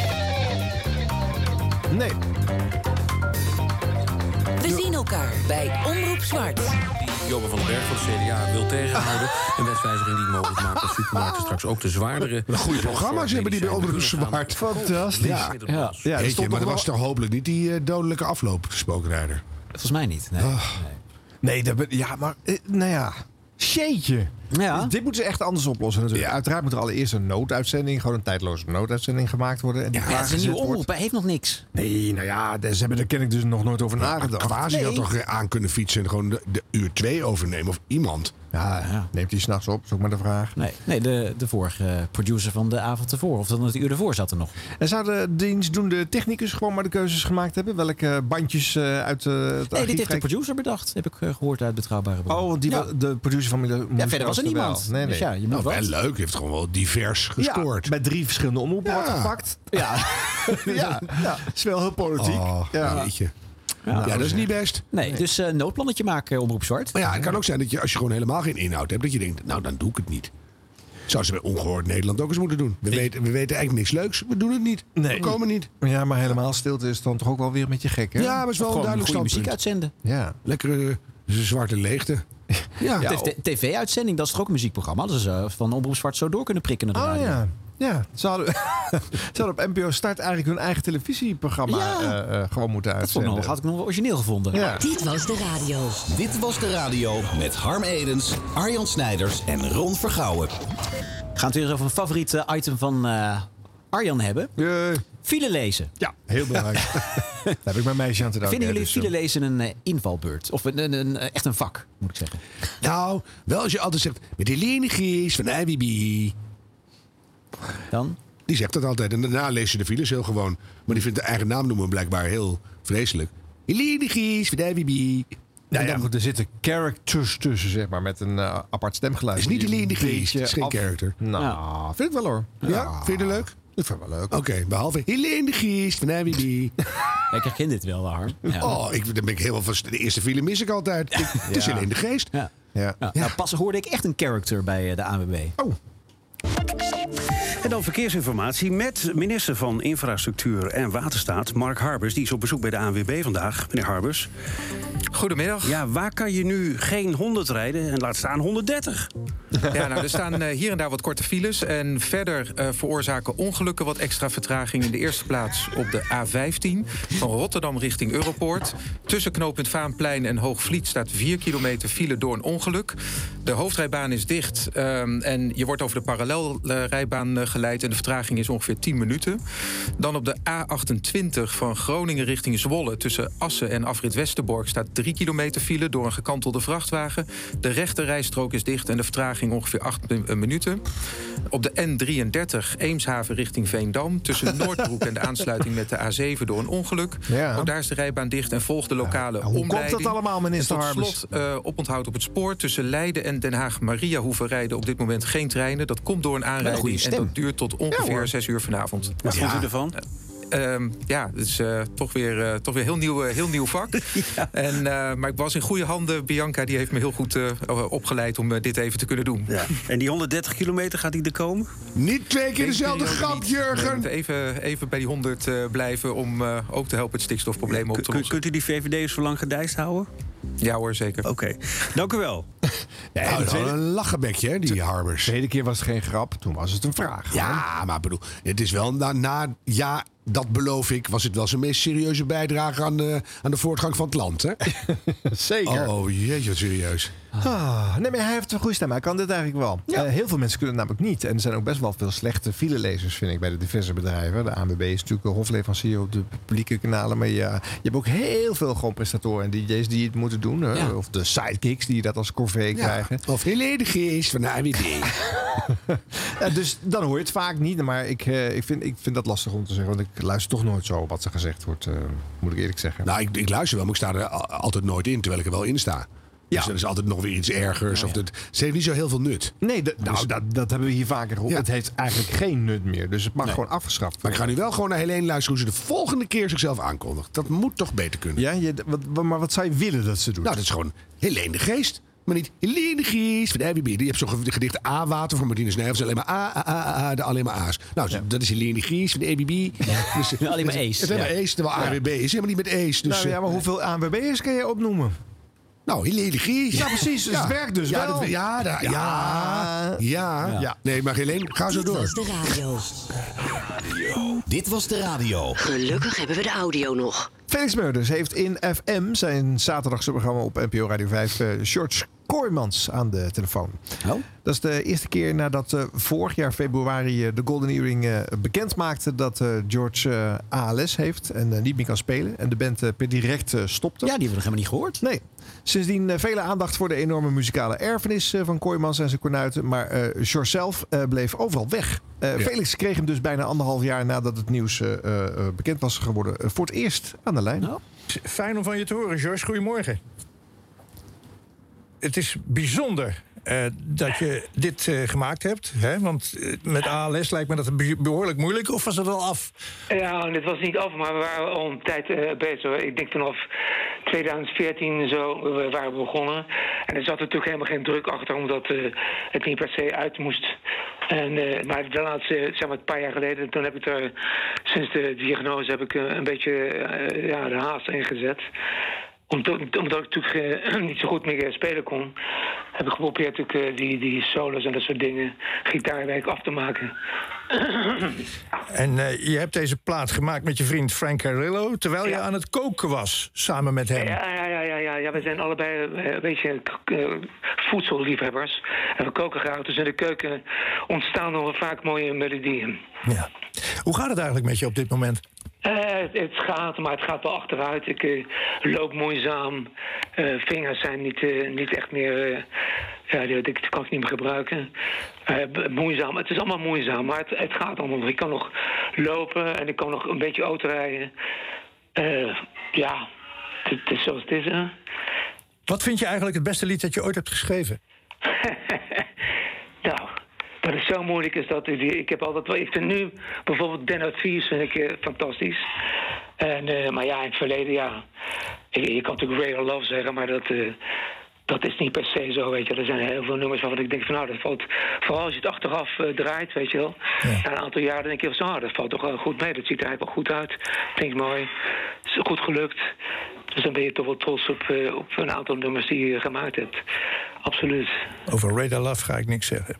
Nee. We zien elkaar bij Omroep Zwart. Jobe van den Berg van het CDA wil tegenhouden. Een wetswijziging die mogelijk maakt dat supermarkten straks ook de zwaardere... Een goede programma's hebben die bij Omroep Zwart. Fantastisch. Ja. Jeetje, maar dat was toch hopelijk niet die dodelijke afloop, spookrijder? Volgens mij niet. Nee. Nee, maar nou ja. Jeetje. Ja. Dus dit moeten ze echt anders oplossen natuurlijk. Ja. Uiteraard moet er allereerst een nooduitzending, gewoon een tijdloze nooduitzending gemaakt worden. En het is een nieuwe omroep, hij heeft nog niks. Nee, nou ja, ze hebben er ken ik dus nog nooit over nagedacht. Quasi had toch aan kunnen fietsen en gewoon de uur 2 overnemen of iemand. Ja. Neemt hij 's nachts op, is ook maar de vraag. Nee, de vorige producer van de avond ervoor, of dan het uur ervoor zat er nog. En zou de dienstdoende technicus gewoon maar de keuzes gemaakt hebben? Welke bandjes uit het archief? Nee, dit heeft de producer bedacht, heb ik gehoord uit Betrouwbare Bron. Oh, want de producer van verder was er niemand. Nee. Dus ja, je moet wel leuk, heeft gewoon wel divers gescoord. Ja, bij 3 verschillende omroepen wordt gepakt. Ja. Ja, is wel heel politiek. Weet je. Ja, dat is niet best. Nee, dus noodplannetje maken, Omroep Zwart. Maar ja, het kan ook zijn dat je, als je gewoon helemaal geen inhoud hebt, dat je denkt, nou, dan doe ik het niet. Zou ze bij Ongehoord Nederland ook eens moeten doen. We weten eigenlijk niks leuks. We doen het niet. Nee. We komen niet. Ja, maar helemaal stilte is dan toch ook wel weer met je gek, hè? Ja, maar het is wel een duidelijk goede muziek uitzenden. Ja. Lekkere zwarte leegte. Ja. TV-uitzending, dat is toch ook een muziekprogramma? Dat ze van Omroep Zwart zo door kunnen prikken naar de radio. Ja. Ja, ze hadden op NPO Start eigenlijk hun eigen televisieprogramma gewoon moeten uitzenden. Dat had ik nog wel origineel gevonden. Ja. Dit was de radio. Dit was de radio met Harm Edens, Arjan Snijders en Ron Vergouwen. Gaan we het weer over een favoriet item van Arjan hebben. File lezen. Ja, heel belangrijk. Daar heb ik mijn meisje aan te danken. Vinden jullie file lezen een invalbeurt? Of echt een vak, moet ik zeggen? Nou, wel als je altijd zegt, met Helene Gies van IWB. Dan? Die zegt dat altijd. En daarna lees je de files heel gewoon. Maar die vindt de eigen naam noemen blijkbaar heel vreselijk. Helene Gies van IWB. Nou ja, goed, er zitten characters tussen, zeg maar, met een apart stemgeluid. Het is niet Helene Gies, het is geen character. Nou, vind ik wel hoor. Ja, vind je het leuk? Ik vind het wel leuk. Oké, behalve Helene Gies van IWB. Ik herken dit wel, Harm. Ja. Dan ben ik helemaal van de eerste file mis ik altijd. Het is alleen de geest. Ja. Nou, pas hoorde ik echt een character bij de ANWB. Oh. En dan verkeersinformatie met minister van Infrastructuur en Waterstaat, Mark Harbers. Die is op bezoek bij de ANWB vandaag. Meneer Harbers. Goedemiddag. Ja, waar kan je nu geen 100 rijden en laat staan 130? Ja, nou, er staan hier en daar wat korte files. En verder veroorzaken ongelukken wat extra vertraging. In de eerste plaats op de A15 van Rotterdam richting Europoort. Tussen knooppunt Vaanplein en Hoogvliet staat 4 kilometer file door een ongeluk. De hoofdrijbaan is dicht en je wordt over de parallelrijbaan geleid. En de vertraging is ongeveer 10 minuten. Dan op de A28 van Groningen richting Zwolle. Tussen Assen en Afrit Westerbork staat 3 kilometer file door een gekantelde vrachtwagen. De rechterrijstrook is dicht en de vertraging ongeveer 8 minuten. Op de N33 Eemshaven richting Veendam. Tussen Noordbroek en de aansluiting met de A7 door een ongeluk. Ja. Ook daar is de rijbaan dicht en volgt de lokale omleiding. Hoe komt dat allemaal, minister Harbers? Tot slot oponthoud op het spoor. Tussen Leiden en Den Haag-Mariahoeve rijden op dit moment geen treinen. Dat komt door een aanrijding en dat duurt tot ongeveer 6 uur vanavond. Wat vindt u ervan? Het is toch weer heel nieuw vak. Maar ik was in goede handen. Bianca die heeft me heel goed opgeleid om dit even te kunnen doen. Ja. En die 130 kilometer, gaat die er komen? Niet 2 keer dezelfde grap, Jurgen! We moeten even bij die 100 blijven om ook te helpen het stikstofprobleem op te lossen. Kunt u die VVD'ers zo lang gedijst houden? Ja hoor, zeker. Oké, dank u wel. Ja, dat is wel een lachenbekje, hè, die Harbers. De tweede keer was het geen grap, toen was het een vraag. Ja, maar bedoel, het is wel ja, dat beloof ik, was het wel zijn meest serieuze bijdrage aan de voortgang van het land, hè? Zeker. Oh, jeetje, wat serieus. Nee, maar hij heeft een goede stem. Hij kan dit eigenlijk wel. Ja. Heel veel mensen kunnen het namelijk niet. En er zijn ook best wel veel slechte filelezers, vind ik, bij de diverse bedrijven. De ANWB is natuurlijk een hofleverancier op de publieke kanalen. Maar je hebt ook heel veel gewoon prestatoren en DJ's die het moeten doen. Hè? Ja. Of de sidekicks die dat als corvée krijgen. Of Helene Geest van de ANWB. Dus dan hoor je het vaak niet. Maar ik vind dat lastig om te zeggen. Want ik luister toch nooit zo wat er gezegd wordt, moet ik eerlijk zeggen. Nou, ik luister wel, maar ik sta er altijd nooit in, terwijl ik er wel in sta. Ja. Dus er is altijd nog weer iets ergers. Ja, ja. Ze heeft niet zo heel veel nut. Nee, dat hebben we hier vaker gehoord. Ja. Het heeft eigenlijk geen nut meer. Dus het mag gewoon afgeschaft worden. Maar ik ga nu wel gewoon naar Helene luisteren hoe ze de volgende keer zichzelf aankondigt. Dat moet toch beter kunnen. Ja, maar wat zou je willen dat ze doet? Nou, dat is gewoon Helene de Geest. Maar niet Helene Geest van de ABB. Die hebt zo'n gedicht A-water van Martinus Nijvers. Alleen maar alleen maar A's. Nou, dat is Helene Geest van de ABB. Ja. Dus, alleen maar E's. Het alleen maar E's, terwijl AWB is helemaal niet met E's. Dus, maar hoeveel ANWB'ers kan je opnoemen? Nou, Helene Geest. Ja, precies. Dus het werkt dus wel. Ja. Nee, maar Helene, ga zo door. Dit was de radio. Dit was de radio. Gelukkig hebben we de audio nog. Felix Meurders heeft in FM, zijn zaterdagse programma op NPO Radio 5... George Kooijmans aan de telefoon. Oh? Dat is de eerste keer nadat vorig jaar februari de Golden Earring bekend maakte... dat George ALS heeft en niet meer kan spelen. En de band per direct stopte. Ja, die hebben we nog helemaal niet gehoord. Nee. Sindsdien vele aandacht voor de enorme muzikale erfenis van Kooijmans en zijn kornuiten. Maar George zelf bleef overal weg. Felix kreeg hem dus bijna 1,5 jaar nadat het nieuws bekend was geworden... voor het eerst aan de lijn. Oh. Fijn om van je te horen, George. Goedemorgen. Het is bijzonder dat je dit gemaakt hebt. Hè? Want met ALS lijkt me dat behoorlijk moeilijk. Of was het al af? Ja, het was niet af, maar we waren al een tijd bezig. Ik denk vanaf 2014 zo waren we begonnen. En er zat natuurlijk helemaal geen druk achter, omdat het niet per se uit moest. Maar de laatste, zeg maar een paar jaar geleden, toen heb ik er, sinds de diagnose, heb ik een beetje de haast ingezet. Omdat ik natuurlijk niet zo goed meer spelen kon, heb ik geprobeerd natuurlijk die solos en dat soort dingen, gitaarwerk af te maken. En je hebt deze plaat gemaakt met je vriend Frank Carrillo, terwijl je aan het koken was, samen met hem. Ja, we zijn allebei een beetje voedselliefhebbers. En we koken graag, dus in de keuken ontstaan nog vaak mooie melodieën. Ja. Hoe gaat het eigenlijk met je op dit moment? Het gaat, maar het gaat wel achteruit. Ik loop moeizaam. Vingers zijn niet echt meer... die kan ik niet meer gebruiken. Moeizaam. Het is allemaal moeizaam, maar het gaat allemaal nog. Ik kan nog lopen en ik kan nog een beetje autorijden. Het is zoals het is. Hè? Wat vind je eigenlijk het beste lied dat je ooit hebt geschreven? Nou... Dat is zo moeilijk is dat ik heb altijd wel. Ik vind nu bijvoorbeeld Den Advies vind ik fantastisch. Maar ja, in het verleden je kan natuurlijk Radar Love zeggen, maar dat is niet per se zo, weet je. Er zijn heel veel nummers waarvan ik denk van dat valt. Vooral als je het achteraf draait, weet je wel. Ja. Na een aantal jaren denk je van dat valt toch wel goed mee. Dat ziet er eigenlijk wel goed uit. Klinkt mooi. Het is goed gelukt. Dus dan ben je toch wel trots op een aantal nummers die je gemaakt hebt. Absoluut. Over Radar Love ga ik niks zeggen.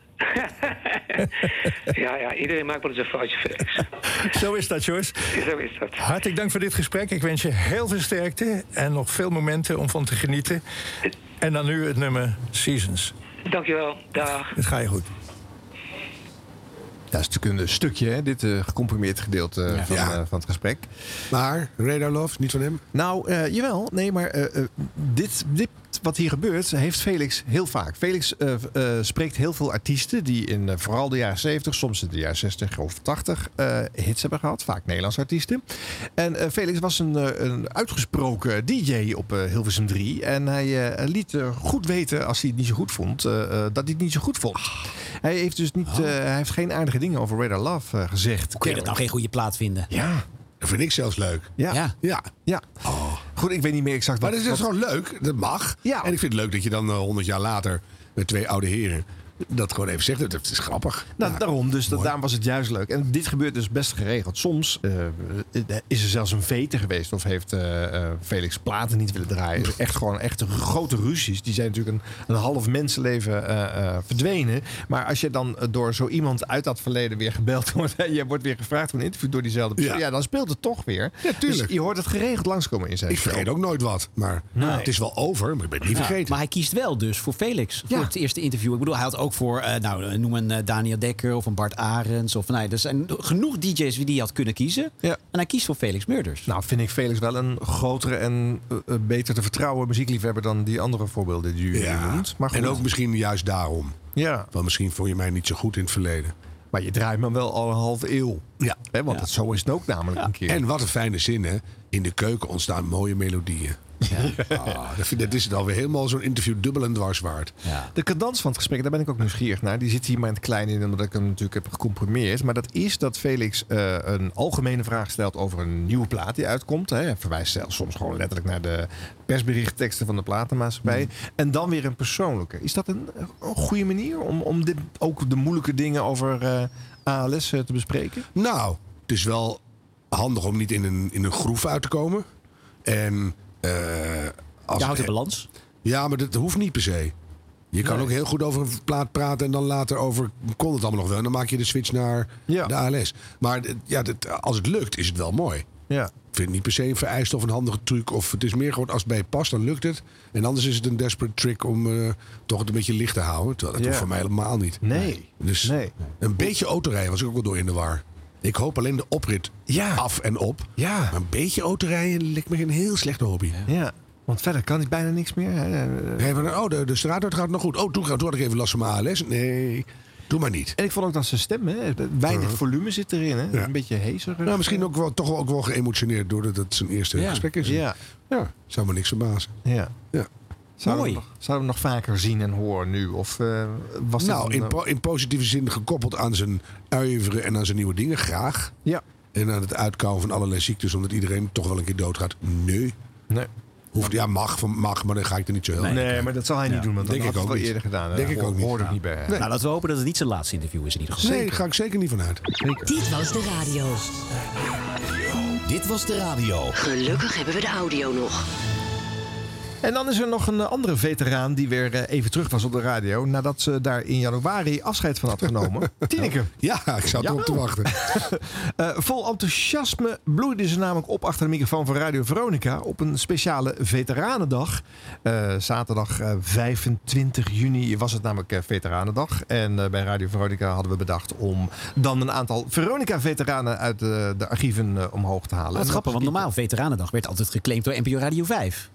ja, iedereen maakt wel eens een foutje, Felix. Zo is dat, George. Zo is dat. Hartelijk dank voor dit gesprek. Ik wens je heel veel sterkte en nog veel momenten om van te genieten. En dan nu het nummer Seasons. Dankjewel. Dag. Het gaat je goed. Dat is natuurlijk een stukje, hè? Dit gecomprimeerd gedeelte van het gesprek. Maar Radar Love, niet van hem? Nou, jawel. Nee, maar dit wat hier gebeurt, heeft Felix heel vaak. Felix spreekt heel veel artiesten die in vooral de jaren 70, soms in de jaren 60 of 80 hits hebben gehad. Vaak Nederlandse artiesten. En Felix was een uitgesproken DJ op Hilversum 3. En hij liet goed weten, als hij het niet zo goed vond, dat hij het niet zo goed vond. Hij heeft dus niet, hij heeft geen aardige dingen over Radar Love gezegd. Hoe kun je dat nou geen goede plaat vinden? Ja. Dat vind ik zelfs leuk. Ja. Goed, ik weet niet meer exact wat. Maar dat is gewoon leuk. Dat mag. Ja. En ik vind het leuk dat je dan 100 jaar later met 2 oude heren dat gewoon even zegt. Dat is grappig. Nou, daarom. Dus daarom was het juist leuk. En dit gebeurt dus best geregeld. Soms is er zelfs een vete geweest. Of heeft Felix platen niet willen draaien. Dus echt grote ruzies. Die zijn natuurlijk een half mensenleven verdwenen. Maar als je dan door zo iemand uit dat verleden weer gebeld wordt. Je wordt weer gevraagd voor een interview door diezelfde persoon. Ja, dan speelt het toch weer. Ja, tuurlijk. Dus je hoort het geregeld langskomen in zijn Ik vergeet ook nooit wat. Maar het is wel over. Maar ik ben het niet vergeten. Maar hij kiest wel dus voor Felix. Voor het eerste interview. Ik bedoel, hij had ook voor, noem een Daniel Dekker of een Bart Arends. Of, er zijn genoeg DJ's die hij had kunnen kiezen. Ja. En hij kiest voor Felix Murders. Nou, vind ik Felix wel een grotere en beter te vertrouwen muziekliefhebber dan die andere voorbeelden die u noemt. Maar en ook misschien juist daarom. Ja. Want misschien vond je mij niet zo goed in het verleden. Maar je draait me wel al een halve eeuw. Ja. Want zo is het ook namelijk een keer. En wat een fijne zin, hè. In de keuken ontstaan mooie melodieën. Dat is het alweer helemaal zo'n interview dubbel en dwars waard. Ja. De cadans van het gesprek, daar ben ik ook nieuwsgierig naar. Die zit hier maar in het klein in, omdat ik hem natuurlijk heb gecomprimeerd. Maar dat is dat Felix een algemene vraag stelt over een nieuwe plaat die uitkomt. Hij verwijst zelfs soms gewoon letterlijk naar de persberichtteksten van de platenmaatschappij. En dan weer een persoonlijke. Is dat een goede manier om dit, ook de moeilijke dingen over ALS te bespreken? Nou, het is wel handig om niet in een groef uit te komen. En je houdt de balans. Ja, maar dat hoeft niet per se. Je kan ook heel goed over een plaat praten en dan later over kon het allemaal nog wel. En dan maak je de switch naar de ALS. Maar als het lukt, is het wel mooi. Ja. Ik vind het niet per se een vereiste of een handige truc. Of het is meer gewoon als het bij je past, dan lukt het. En anders is het een desperate trick om toch het een beetje licht te houden. Terwijl dat hoeft voor mij helemaal niet. Nee. Dus een beetje autorijden was ik ook wel door in de war. Ik hoop alleen de oprit af en op. Ja. Maar een beetje autorijden lijkt me een heel slechte hobby. Ja. Want verder kan ik bijna niks meer. De straat gaat nog goed. Toen had ik even last van mijn ALS. Nee, doe maar niet. En ik vond ook dat zijn stem, weinig volume zit erin. Hè? Ja. Een beetje heeser. Nou, misschien ook wel geëmotioneerd doordat het zijn eerste gesprek is. Ja. Zou me niks verbazen. Ja. Mooi. Zouden we hem nog vaker zien en horen nu? Of was in positieve zin gekoppeld aan zijn oeuvre en aan zijn nieuwe dingen, graag. Ja. En aan het uitkouwen van allerlei ziektes, omdat iedereen toch wel een keer doodgaat. Nee. Mag, maar dan ga ik er niet zo heel Nee, maar dat zal hij niet doen, want dat had hij wel eerder gedaan. Denk ik ook niet. Hoorde ook niet bij hem. Nee. Nou, laten we hopen dat het niet zijn laatste interview is in ieder geval. Nee, daar ga ik zeker niet van uit. Dit was de radio. Dit was de radio. Gelukkig hebben we de audio nog. En dan is er nog een andere veteraan die weer even terug was op de radio. Nadat ze daar in januari afscheid van had genomen. Tineke. Ja, ik zat erop te wachten. Vol enthousiasme bloeide ze namelijk op achter de microfoon van Radio Veronica op een speciale Veteranendag. Zaterdag 25 juni was het namelijk Veteranendag. En bij Radio Veronica hadden we bedacht om dan een aantal Veronica-veteranen uit de archieven omhoog te halen. Dat is grappig, want normaal Veteranendag werd altijd geclaimd door NPO Radio 5.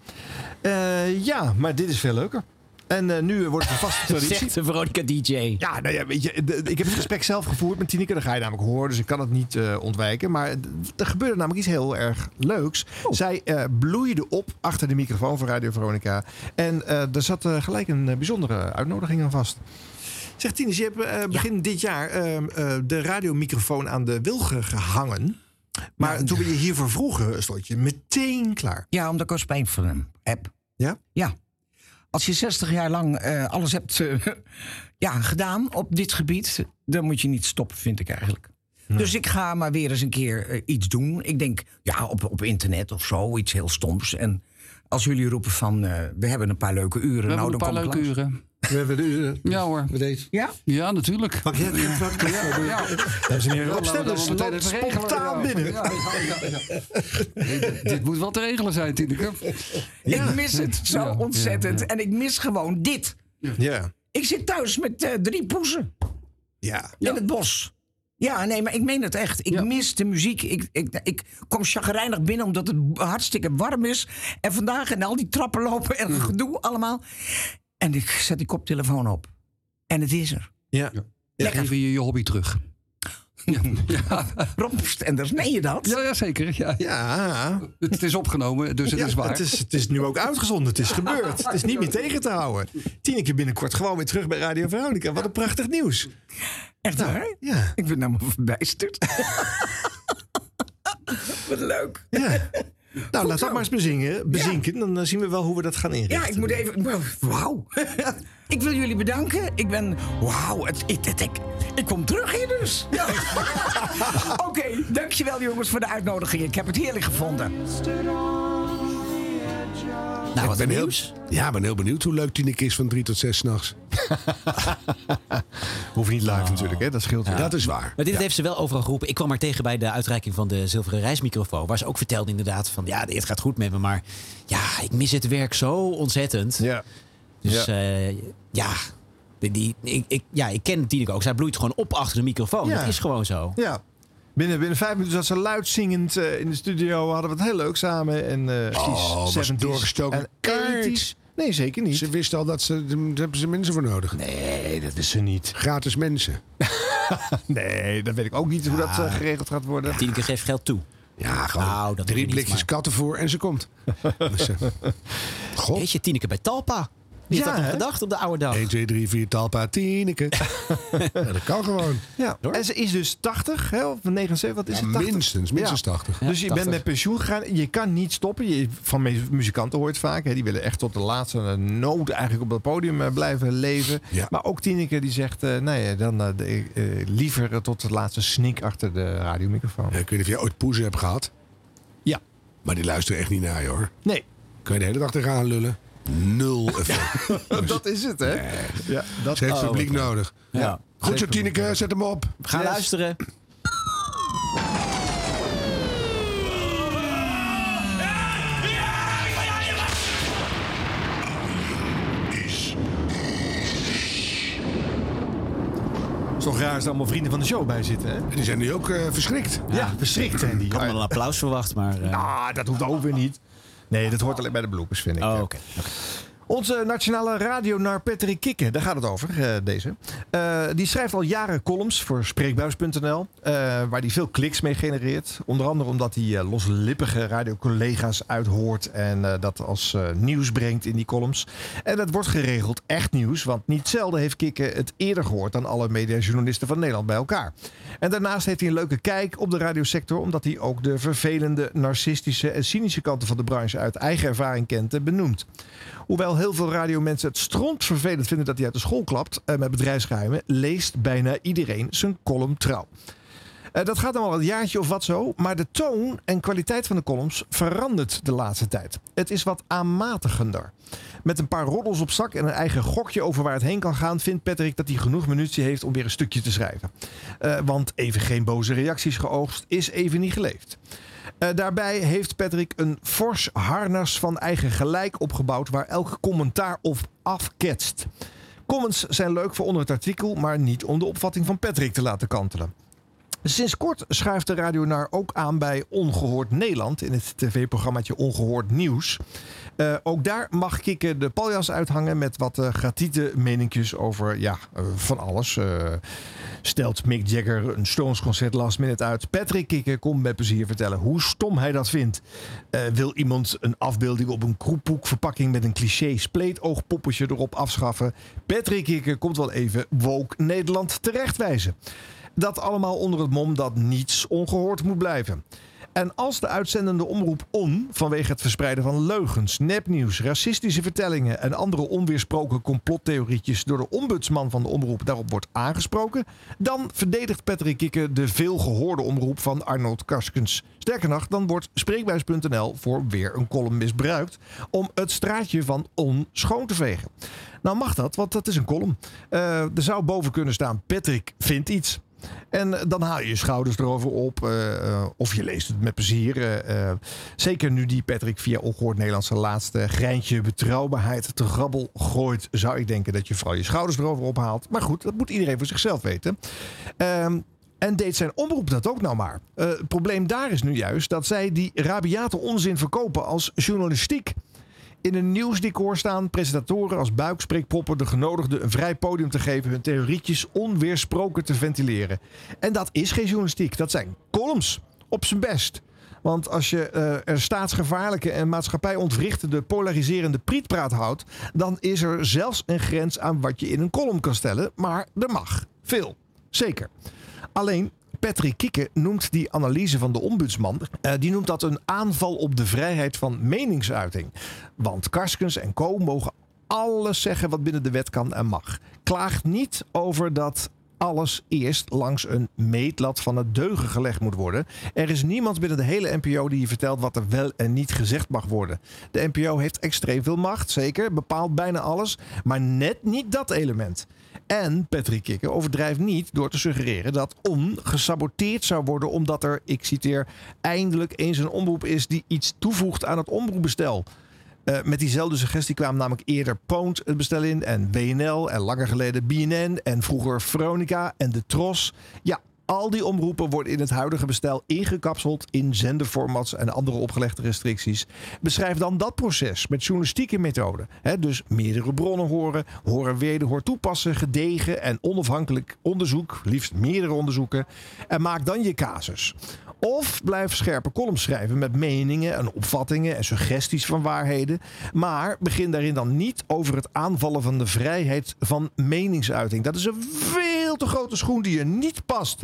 Ja, maar dit is veel leuker. En nu wordt het een vaste traditie. Zegt de Veronica DJ. Ja, nou ja, weet je, ik heb het gesprek zelf gevoerd met Tineke. Dat ga je namelijk horen, dus ik kan het niet ontwijken. Maar er gebeurde namelijk iets heel erg leuks. Zij bloeide op achter de microfoon van Radio Veronica. En er zat gelijk een bijzondere uitnodiging aan vast. Zeg Tinus, je hebt begin dit jaar de radiomicrofoon aan de wilgen gehangen. Maar toen we je hiervoor vroegen, stond je meteen klaar. Ja, omdat ik al spijt van hem heb. Ja? Ja. Als je 60 jaar lang alles hebt gedaan op dit gebied, dan moet je niet stoppen, vind ik eigenlijk. Nee. Dus ik ga maar weer eens een keer iets doen. Ik denk, op internet of zo, iets heel stoms. En als jullie roepen van, we hebben een paar leuke uren. We hebben een paar leuke uren. We hebben de uren. Ja hoor. Ja? Ja, natuurlijk. Mag jij het wat? Ja. Dat is niet spontaan binnen. Dit moet wel te regelen zijn, Tineke. Ik mis het zo ontzettend. En ik mis gewoon dit. Ja. Ik zit thuis met 3 poezen. Ja. In het bos. Ja, nee, maar ik meen het echt. Ik mis de muziek. Ik kom chagrijnig binnen omdat het hartstikke warm is. En vandaag en al die trappen lopen en gedoe allemaal. En ik zet die koptelefoon op. En het is er. Ja. Lekker. Even je hobby terug. Rompstenders, meen je dat? Ja, zeker. Ja. Het is opgenomen, dus het is waar. Het is nu ook uitgezonden. Het is gebeurd. Het is niet meer tegen te houden. Tineke binnenkort gewoon weer terug bij Radio Veronica. Wat een prachtig nieuws. Echt waar? Ja. Ik ben helemaal verbijsterd. Wat leuk. Ja. Nou, laat dat maar eens bezinken. Dan zien we wel hoe we dat gaan inrichten. Ja, ik moet even... Wauw. Ik wil jullie bedanken. Ik ben... Wauw. Ik kom terug hier dus. Ja. Oké, dankjewel jongens voor de uitnodiging. Ik heb het heerlijk gevonden. Nou, wat ik ben heel benieuwd hoe leuk Tineke is van 3 tot 6 s'nachts. Hoeft niet live natuurlijk, hè? Dat scheelt. Ja. Dat is waar. Maar dit heeft ze wel overal geroepen. Ik kwam haar tegen bij de uitreiking van de zilveren reismicrofoon. Waar ze ook vertelde inderdaad van... ja, het gaat goed met me, maar... ja, ik mis het werk zo ontzettend. Ja. Dus ik ken Tineke ook. Zij bloeit gewoon op achter de microfoon. Ja. Dat is gewoon zo. Ja. Binnen 5 minuten zat ze luid zingend in de studio. Hadden we het heel leuk samen. En was doorgestoken kaart. Nee, zeker niet. Ze wist al dat daar hebben ze mensen voor nodig. Nee, dat is ze niet. Gratis mensen. Nee, dat weet ik ook niet hoe dat geregeld gaat worden. Tineke geeft geld toe. Ja, gewoon 3 blikjes katten voor en ze komt. Dus, God. Weet je, Tineke bij Talpa. Wie heeft dat nog gedacht op de oude dag? 1, 2, 3, 4, Talpa, Tineke. Ja, dat kan gewoon. Ja. En ze is dus 80, hè? Of 79, wat is het? 80? Minstens 80. Dus je bent met pensioen gegaan. Je kan niet stoppen. Van muzikanten hoort vaak. Hè? Die willen echt tot de laatste nood eigenlijk op het podium blijven leven. Ja. Maar ook Tineke die zegt... liever tot de laatste snik achter de radiomicrofoon. Ja, ik weet niet of jij ooit poezen hebt gehad. Ja. Maar die luisteren echt niet naar je, hoor. Nee. Kan je de hele dag tegenaan lullen? 0 effect. Dus, dat is het, hè? Nee. Ja, Ze heeft publiek nodig. Ja. Goed zo, Tineke. Zet hem op. We gaan luisteren. Het is toch raar als er allemaal vrienden van de show bij zitten, hè? Die zijn nu ook verschrikt. Ja, verschrikt zijn die. Ik had wel een applaus verwacht, maar... Nou, dat hoeft ook weer niet. Nee, dat hoort alleen bij de bloopers, vind ik. Oh, oké. Onze nationale radionar Patrick Kikke, daar gaat het over, deze. Die schrijft al jaren columns voor Spreekbuis.nl, waar hij veel kliks mee genereert. Onder andere omdat hij loslippige radiocollega's uithoort en dat als nieuws brengt in die columns. En dat wordt geregeld echt nieuws, want niet zelden heeft Kikke het eerder gehoord dan alle mediajournalisten van Nederland bij elkaar. En daarnaast heeft hij een leuke kijk op de radiosector, omdat hij ook de vervelende, narcistische en cynische kanten van de branche uit eigen ervaring kent en benoemt. Hoewel heel veel radiomensen het strontvervelend vinden dat hij uit de school klapt met bedrijfsgeheimen, leest bijna iedereen zijn column trouw. Dat gaat al een jaartje of wat zo, maar de toon en kwaliteit van de columns verandert de laatste tijd. Het is wat aanmatigender. Met een paar roddels op zak en een eigen gokje over waar het heen kan gaan, vindt Patrick dat hij genoeg munitie heeft om weer een stukje te schrijven. Want even geen boze reacties geoogst is even niet geleefd. Daarbij heeft Patrick een fors harnas van eigen gelijk opgebouwd waar elk commentaar op afketst. Comments zijn leuk voor onder het artikel, maar niet om de opvatting van Patrick te laten kantelen. Sinds kort schuift de radionar ook aan bij Ongehoord Nederland in het tv-programmaatje Ongehoord Nieuws. Ook daar mag Kikke de paljas uithangen met wat gratiete meninkjes over van alles. Stelt Mick Jagger een Stones concert last minute uit. Patrick Kikke komt met plezier vertellen hoe stom hij dat vindt. Wil iemand een afbeelding op een kroephoekverpakking met een cliché spleetoogpoppetje erop afschaffen? Patrick Kikke komt wel even woke Nederland terechtwijzen. Dat allemaal onder het mom dat niets ongehoord moet blijven. En als de uitzendende omroep vanwege het verspreiden van leugens, nepnieuws, racistische vertellingen en andere onweersproken complottheorietjes door de ombudsman van de omroep daarop wordt aangesproken, dan verdedigt Patrick Kikke de veelgehoorde omroep van Arnold Karskens. Sterker nog, dan wordt Spreekbuis.nl voor weer een column misbruikt om het straatje van schoon te vegen. Nou mag dat, want dat is een column. Er zou boven kunnen staan: Patrick vindt iets. En dan haal je je schouders erover op. Of je leest het met plezier. Zeker nu die Patrick via Ongehoord Nederlandse laatste greintje betrouwbaarheid te grabbel gooit, zou ik denken dat je vooral je schouders erover ophaalt. Maar goed, dat moet iedereen voor zichzelf weten. En deed zijn omroep dat ook nou maar. Het probleem daar is nu juist dat zij die rabiate onzin verkopen als journalistiek. In een nieuwsdecor staan presentatoren als buikspreekpoppen de genodigden een vrij podium te geven hun theorietjes onweersproken te ventileren. En dat is geen journalistiek, dat zijn columns. Op zijn best. Want als je er staatsgevaarlijke en maatschappij-ontwrichtende polariserende prietpraat houdt, dan is er zelfs een grens aan wat je in een column kan stellen. Maar er mag. Veel. Zeker. Alleen, Patrick Kikke noemt die analyse van de ombudsman, die noemt dat een aanval op de vrijheid van meningsuiting. Want Karskens en co. mogen alles zeggen wat binnen de wet kan en mag. Klaagt niet over dat alles eerst langs een meetlat van het deugen gelegd moet worden. Er is niemand binnen de hele NPO die je vertelt wat er wel en niet gezegd mag worden. De NPO heeft extreem veel macht, zeker, bepaalt bijna alles, maar net niet dat element. En Patrick Kikke overdrijft niet door te suggereren dat gesaboteerd zou worden omdat er, ik citeer, eindelijk eens een omroep is die iets toevoegt aan het omroepbestel. Met diezelfde suggestie kwamen namelijk eerder Poont het bestel in en WNL en langer geleden BNN en vroeger Veronica en de Tros. Ja, al die omroepen worden in het huidige bestel ingekapseld in zenderformats en andere opgelegde restricties. Beschrijf dan dat proces met journalistieke methoden. Dus meerdere bronnen horen wederhoor toepassen, gedegen en onafhankelijk onderzoek, liefst meerdere onderzoeken. En maak dan je casus. Of blijf scherpe columns schrijven met meningen en opvattingen en suggesties van waarheden. Maar begin daarin dan niet over het aanvallen van de vrijheid van meningsuiting. Dat is een veel te grote schoen die je niet past.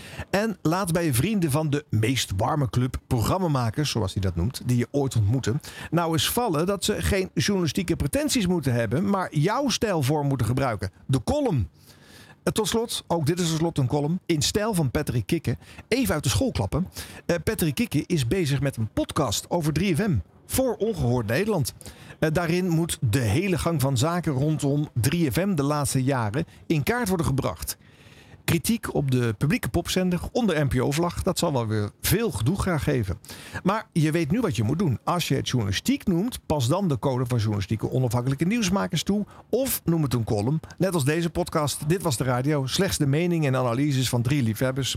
En laat bij je vrienden van de meest warme club programmamakers, zoals hij dat noemt, die je ooit ontmoeten, nou eens vallen dat ze geen journalistieke pretenties moeten hebben, maar jouw stijlvorm moeten gebruiken. De column. Tot slot, ook dit is tenslotte een column, in stijl van Patrick Kikke. Even uit de school klappen. Patrick Kikke is bezig met een podcast over 3FM. Voor Ongehoord Nederland. Daarin moet de hele gang van zaken rondom 3FM de laatste jaren in kaart worden gebracht. Kritiek op de publieke popzender onder NPO-vlag, dat zal wel weer veel gedoe graag geven. Maar je weet nu wat je moet doen. Als je het journalistiek noemt, pas dan de code van journalistieke onafhankelijke nieuwsmakers toe. Of noem het een column. Net als deze podcast. Dit was de radio. Slechts de meningen en analyses van 3 liefhebbers.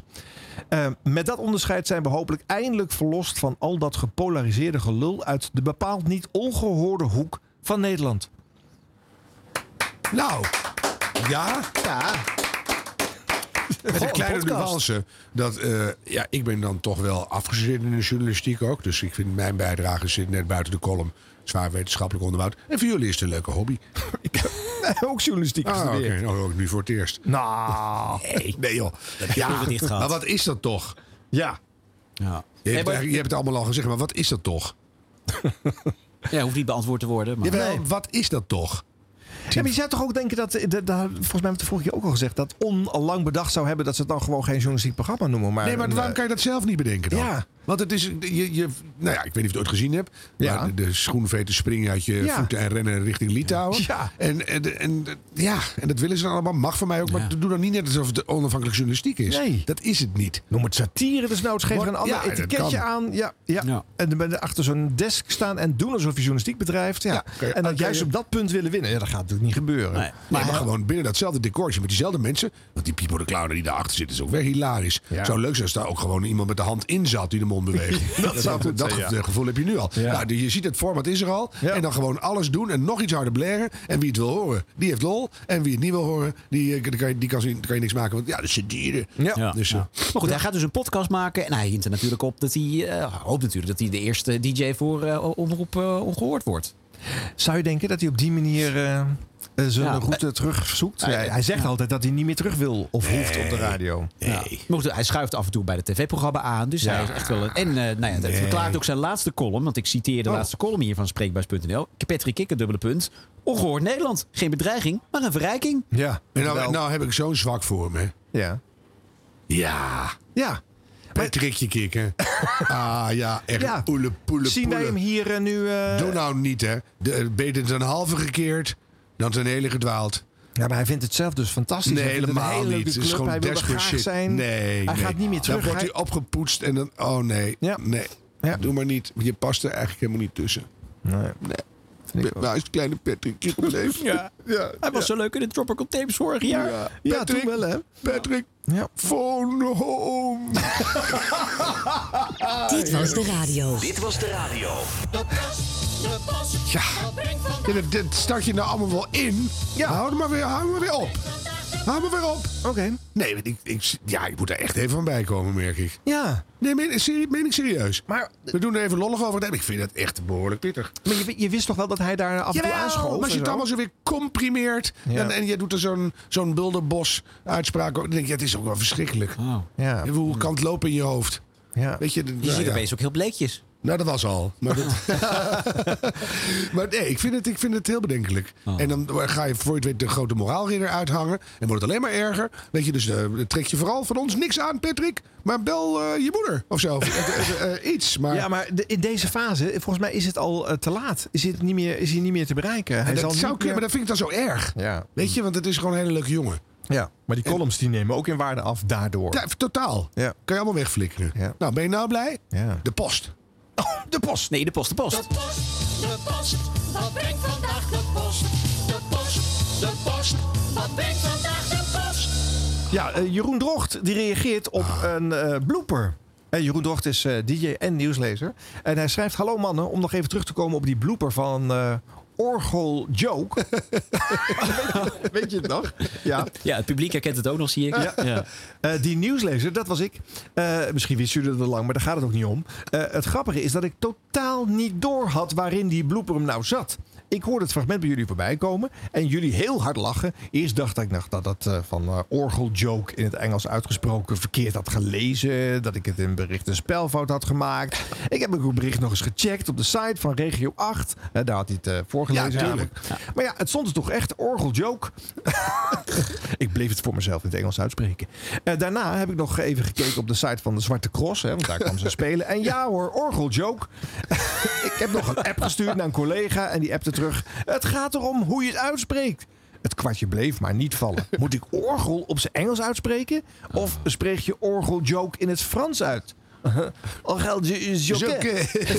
Met dat onderscheid zijn we hopelijk eindelijk verlost van al dat gepolariseerde gelul uit de bepaald niet ongehoorde hoek van Nederland. Nou, ja. Met een kleine nuance. Dat, ik ben dan toch wel afgestudeerd in de journalistiek ook. Dus ik vind mijn bijdrage zit net buiten de column. Zwaar wetenschappelijk onderbouwd. En voor jullie is het een leuke hobby. Ik heb ook journalistiek gestudeerd. Okay. Ook nu voor het eerst. Nou. Nee joh. Maar wat is dat toch? Ja. Je hebt het allemaal al gezegd, maar wat is dat toch? Ja, hoeft niet beantwoord te worden. Maar... Jawel, wat is dat toch? Ja, maar je zou toch ook denken dat, volgens mij hebben we het de vorige keer ook al gezegd, dat al lang bedacht zou hebben dat ze het dan gewoon geen journalistiek programma noemen. Maar nee, maar waarom kan je dat zelf niet bedenken dan? Ja. Want het is, nou ja, ik weet niet of je het ooit gezien hebt. Ja. Maar de schoenveten springen uit je voeten en rennen richting Litouwen. Ja. En dat willen ze dan allemaal. Mag van mij ook, maar doe dan niet net alsof het onafhankelijk journalistiek is. Nee. Dat is het niet. Noem het satire, dus nou geef er een ander etiketje aan. Ja. En achter zo'n desk staan en doen alsof je journalistiek bedrijft. Ja. En dan juist op dat punt willen winnen. Ja, dat gaat natuurlijk niet gebeuren. Nee, maar gewoon binnen datzelfde decortje met diezelfde mensen. Want die Pipo de Clown die daarachter zit is ook weer hilarisch. Ja. Zou leuk zijn als daar ook gewoon iemand met de hand in zat die de mond beweegt. Dat gevoel heb je nu al. Ja. Nou, je ziet het format is er al. Ja. En dan gewoon alles doen en nog iets harder blaren. En wie het wil horen, die heeft lol. En wie het niet wil horen, die kan je niks maken. Want ja, dat zijn dieren. Ja. Dus, maar goed, hij gaat dus een podcast maken. En hij hint er natuurlijk op dat hij hoopt natuurlijk dat hij de eerste DJ voor Omroep Ongehoord wordt. Zou je denken dat hij op die manier zijn route terugzoekt? Hij zegt altijd dat hij niet meer terug wil of hoeft op de radio. Nee. Ja. Maar goed, hij schuift af en toe bij het tv-programma aan. Dus hij is echt wel dat verklaart ook zijn laatste column. Want ik citeer de laatste column hier van Spreekbuis.nl. Patrick Kikke, ;. Ongehoord Nederland. Geen bedreiging, maar een verrijking. Ja. En nou heb ik zo'n zwak voor hem, hè? Ja. Ja. Patrickje Kikke. Echt. Ja. Poele. Zien wij hem hier nu... Doe nou niet, hè. Beter zijn halve gekeerd dan zijn hele gedwaald. Ja, maar hij vindt het zelf dus fantastisch. Nee, helemaal niet. Het is gewoon hij wil graag shit. Zijn. Hij gaat niet meer terug. Dan wordt hij opgepoetst en dan... Oh nee. Ja. Nee. Ja. Doe maar niet. Je past er eigenlijk helemaal niet tussen. Nee. Waar is de kleine Patrick gebleven? Ja. Hij was zo leuk in de Tropical Tapes vorig jaar. Ja, toen wel, hè? Patrick, phone home. Dit was de radio. Dit was de radio. Ja, dit start je nou allemaal wel in. Ja. Hou maar weer op. Hou maar weer op. Oké. Nee, ik moet er echt even van bij komen, merk ik. Ja. Nee, meen ik serieus. Maar we doen er even lollig over. Ik vind het echt behoorlijk pittig. Maar je wist toch wel dat hij daar af en toe aanschoof? Maar als je het allemaal zo weer comprimeert... En je doet er zo'n Bulderbos-uitspraak... dan denk je, het is ook wel verschrikkelijk. Oh. Ja. Hoe kan het lopen in je hoofd? Ja. Weet je ziet opeens ook heel bleekjes. Nou, dat was al. Maar, maar nee, ik vind het heel bedenkelijk. Oh. En dan ga je voor je het weet de grote moraalridder uithangen. En wordt het alleen maar erger. Weet je, dus trek je vooral van ons niks aan, Patrick. Maar bel je moeder of zo. Iets. Maar... Ja, maar in deze fase, volgens mij is het al te laat. Is hij niet meer te bereiken? Hij dat zou kunnen, maar dat vind ik dan zo erg. Ja. Weet je, want het is gewoon een hele leuke jongen. Ja, maar die columns die nemen ook in waarde af daardoor. Ja, totaal. Ja. Kan je allemaal wegflikkeren. Ja. Nou, ben je nou blij? Ja. De post. Oh, de post. Nee, de post. De post, wat brengt vandaag de post? De post, wat brengt vandaag de post? Ja, Jeroen Drocht die reageert op een blooper. Jeroen Drocht is DJ en nieuwslezer. En hij schrijft: hallo mannen, om nog even terug te komen op die blooper van Orgel Joke. Weet je het nog? Ja, het publiek herkent het ook nog, zie ik. Ja. Die nieuwslezer, dat was ik. Misschien wisten jullie dat al lang, maar daar gaat het ook niet om. Het grappige is dat ik totaal niet door had waarin die blooper hem nou zat. Ik hoorde het fragment bij jullie voorbij komen en jullie heel hard lachen. Eerst dacht ik nog dat het van Orgel Joke in het Engels uitgesproken verkeerd had gelezen. Dat ik het in bericht een spelfout had gemaakt. Ik heb het bericht nog eens gecheckt op de site van Regio 8. Daar had hij het voorgelezen. Ja, tuurlijk. Ja. Maar ja, het stond dus toch echt Orgel Joke. Ik bleef het voor mezelf in het Engels uitspreken. Daarna heb ik nog even gekeken op de site van de Zwarte Cross. Want daar kwam ze spelen. En ja hoor, Orgel Joke. Ik heb nog een app gestuurd naar een collega en die appte terug: het gaat erom hoe je het uitspreekt. Het kwartje bleef maar niet vallen. Moet ik orgel op zijn Engels uitspreken? Of spreek je Orgel Joke in het Frans uit? Orgel Joke.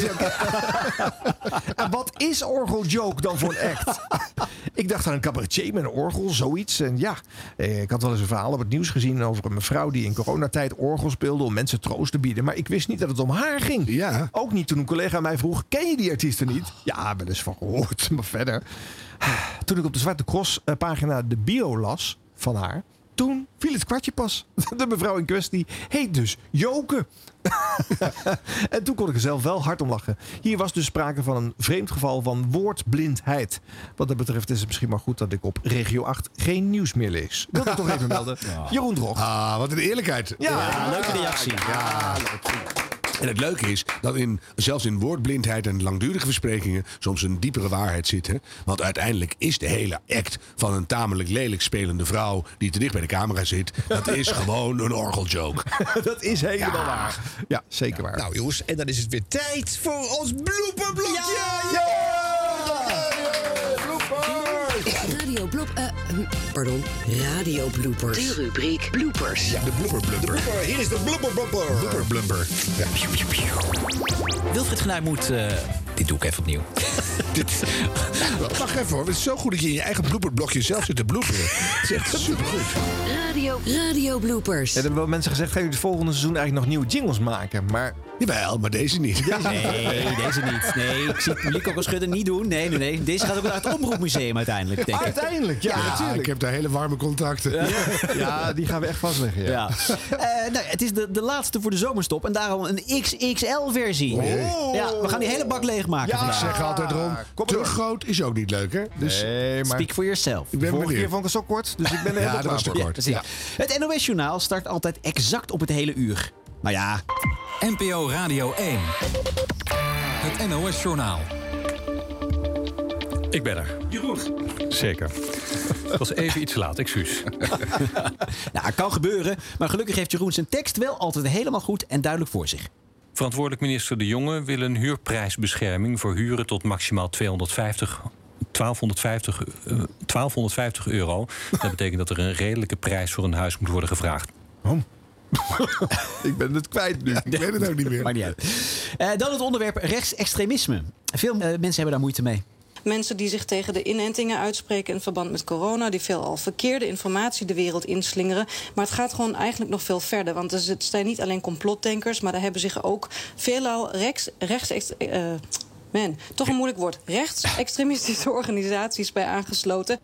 En wat is Orgel Joke dan voor een act? Ik dacht aan een cabaretier met een orgel, zoiets. En ja, ik had wel eens een verhaal op het nieuws gezien over een mevrouw die in coronatijd orgel speelde om mensen troost te bieden. Maar ik wist niet dat het om haar ging. Ja. Ook niet toen een collega mij vroeg: ken je die artiesten niet? Ja, wel eens van gehoord, maar verder. Toen ik op de Zwarte Cross pagina de bio las van haar, toen viel het kwartje pas. De mevrouw in kwestie heet dus Joke. En toen kon ik er zelf wel hard om lachen. Hier was dus sprake van een vreemd geval van woordblindheid. Wat dat betreft is het misschien maar goed dat ik op Regio 8 geen nieuws meer lees. Wil ik toch even melden. Jeroen Drocht. Wat een eerlijkheid. Ja, leuke reactie. Ja. En het leuke is dat zelfs in woordblindheid en langdurige versprekingen soms een diepere waarheid zit. Hè? Want uiteindelijk is de hele act van een tamelijk lelijk spelende vrouw die te dicht bij de camera zit, dat is gewoon een orgeljoke. Dat is helemaal waar. Ja, zeker waar. Nou jongens, en dan is het weer tijd voor ons blooperblokje. Radio bloopers. De rubriek bloopers. Ja, de blooper. Hier is de blooper. Blumper. Ja. Wilfried Genuij moet... dit doe ik even opnieuw. Wacht even hoor. Het is zo goed dat je in je eigen blooperblokje zelf zit te blooperen. Het is echt supergoed. Radio bloopers. Ja, er hebben wel mensen gezegd: gaan jullie het volgende seizoen eigenlijk nog nieuwe jingles maken? Maar... Jawel, maar deze niet. Nee, deze niet. Nee, ik zie het publiek ook al schudden niet doen. Nee. Deze gaat ook naar het Omroepmuseum uiteindelijk, denk ik. Uiteindelijk, ja, natuurlijk. Ik heb daar hele warme contacten. Ja, die gaan we echt vastleggen. Ja. Nou, het is de laatste voor de zomerstop en daarom een XXL-versie. Oh. Ja, we gaan die hele bak leegmaken Ik vandaag. zeg altijd Ron, te groot is ook niet leuk, hè? Dus nee, maar... Speak for yourself. Ik ben vorige keer vond ik het zo kort, dus ik ben er helemaal klaar voor. Ja, dat was te kort. Het NOS-journaal start altijd exact op het hele uur. Nou ja... NPO Radio 1. Het NOS-journaal. Ik ben er. Jeroen. Zeker. Het was even iets laat, excuus. Nou, het kan gebeuren, maar gelukkig heeft Jeroen zijn tekst wel altijd helemaal goed en duidelijk voor zich. Verantwoordelijk minister De Jonge wil een huurprijsbescherming voor huren tot maximaal 1250 euro. Dat betekent dat er een redelijke prijs voor een huis moet worden gevraagd. Ik ben het kwijt nu. Ik weet het ook niet meer. Maakt niet uit. Dan het onderwerp rechtsextremisme. Veel mensen hebben daar moeite mee. Mensen die zich tegen de inentingen uitspreken in verband met corona, die veelal verkeerde informatie de wereld inslingeren. Maar het gaat gewoon eigenlijk nog veel verder. Want het zijn niet alleen complotdenkers, maar daar hebben zich ook veelal toch een moeilijk woord. Rechtsextremistische organisaties bij aangesloten.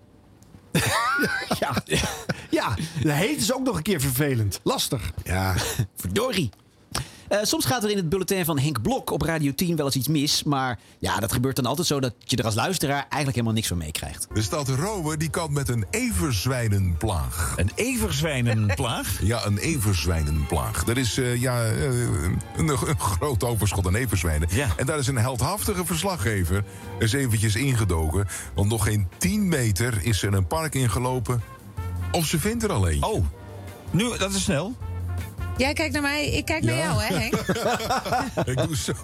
Ja, de heet is ook nog een keer vervelend. Lastig. Ja, verdorie. Soms gaat er in het bulletin van Henk Blok op Radio 10 wel eens iets mis. Maar ja, dat gebeurt dan altijd zo dat je er als luisteraar eigenlijk helemaal niks van meekrijgt. De stad Rome die kampt met een everzwijnenplaag. Een everzwijnenplaag? Ja, een everzwijnenplaag. Er is een groot overschot aan everzwijnen. Ja. En daar is een heldhaftige verslaggever eens eventjes ingedoken. Want nog geen 10 meter is ze in een park ingelopen. Of ze vindt er al een. Oh, nu, dat is snel. Jij kijkt naar mij, ik kijk naar jou, hè Henk? Ik doe zo.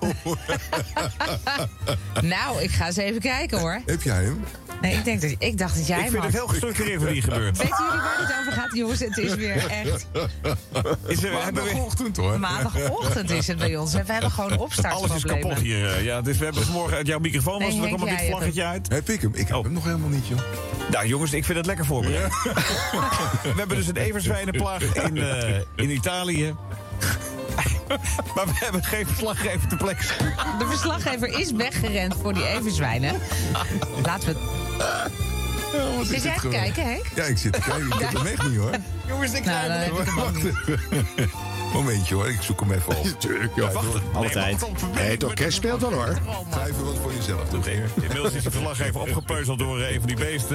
Nou, ik ga eens even kijken, hoor. Heb jij hem? Nee, ik dacht dat jij hem Ik vind het heel gestructureerd wat hier gebeurt. Weten jullie waar het over gaat, jongens? Het is weer echt... Maandagochtend, hoor. Maandagochtend is het bij ons. We hebben gewoon opstartproblemen. Alles is kapot hier. Ja, dus we hebben vanmorgen uit jouw microfoon was er kwam een wit vlaggetje uit. Heb ik hem? Ik heb hem nog helemaal niet, joh. Nou, jongens, ik vind het lekker voorbereid. Ja. We hebben dus een everzwijnenplaag in Italië. Maar we hebben geen verslaggever ter plekke. De verslaggever is weggerend voor die everzwijnen. Laten we het... Zit jij te kijken, Henk? Ja, ik zit te kijken. Ik heb hem echt niet, hoor. Jongens, ik krijg hem. Wacht. Momentje, hoor. Ik zoek hem even op. Tuurlijk, ja. Altijd. Nee, het orkest speelt wel, hoor. Ga even wat voor jezelf doen. Inmiddels is de verslaggever opgepeuzeld door een van die beesten.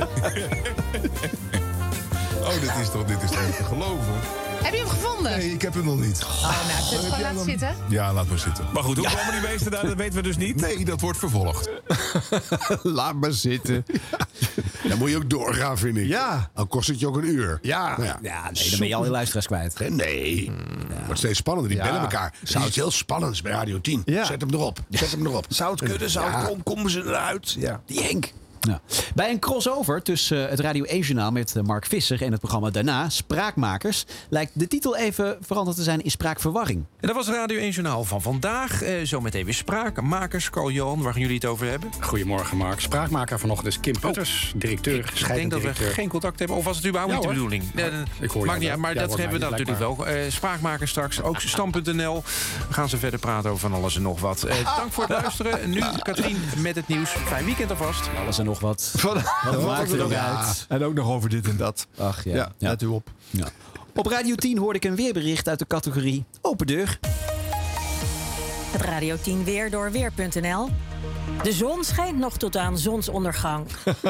Oh, dit is toch niet te geloven? Heb je hem gevonden? Nee, ik heb hem nog niet. Oh, nou, zet het gewoon laten zitten. Ja, laat maar zitten. Maar goed, hoe komen die beesten daar? Dat weten we dus niet. Nee, dat wordt vervolgd. Laat maar zitten. Dan moet je ook doorgaan, vind ik. Ja. Dan kost het je ook een uur. Ja. Nee, dan ben je al je luisteraars kwijt. Nee. Wordt steeds spannender. Die bellen elkaar. Het is iets heel spannends bij Radio 10. Ja. Zet hem erop. Zet hem erop. Zou het kunnen? Komen ze eruit? Ja. Die Henk. Ja. Bij een crossover tussen het Radio 1-journaal met Mark Visser en het programma daarna, Spraakmakers, lijkt de titel even veranderd te zijn in Spraakverwarring. En dat was het Radio 1-journaal van vandaag. Zometeen weer Spraakmakers. Carl-Johan, waar gaan jullie het over hebben? Goedemorgen, Mark. Spraakmaker vanochtend is Kim Putters, directeur. Ik denk dat we geen contact hebben. Of was het überhaupt niet de bedoeling? Ik hoor Maakt niet uit, maar dat hebben we natuurlijk wel. Spraakmakers straks, ook Stam.nl. Gaan ze verder praten over van alles en nog wat. Dank voor het luisteren. Nu Katrien met het nieuws. Fijn weekend alvast. Alles en nog wat. Wat maakt het ook uit? En ook nog over dit en dat. Ach ja. Let u op. Ja. Op Radio 10 hoorde ik een weerbericht uit de categorie Open Deur. Het Radio 10 weer door Weer.nl. De zon schijnt nog tot aan zonsondergang.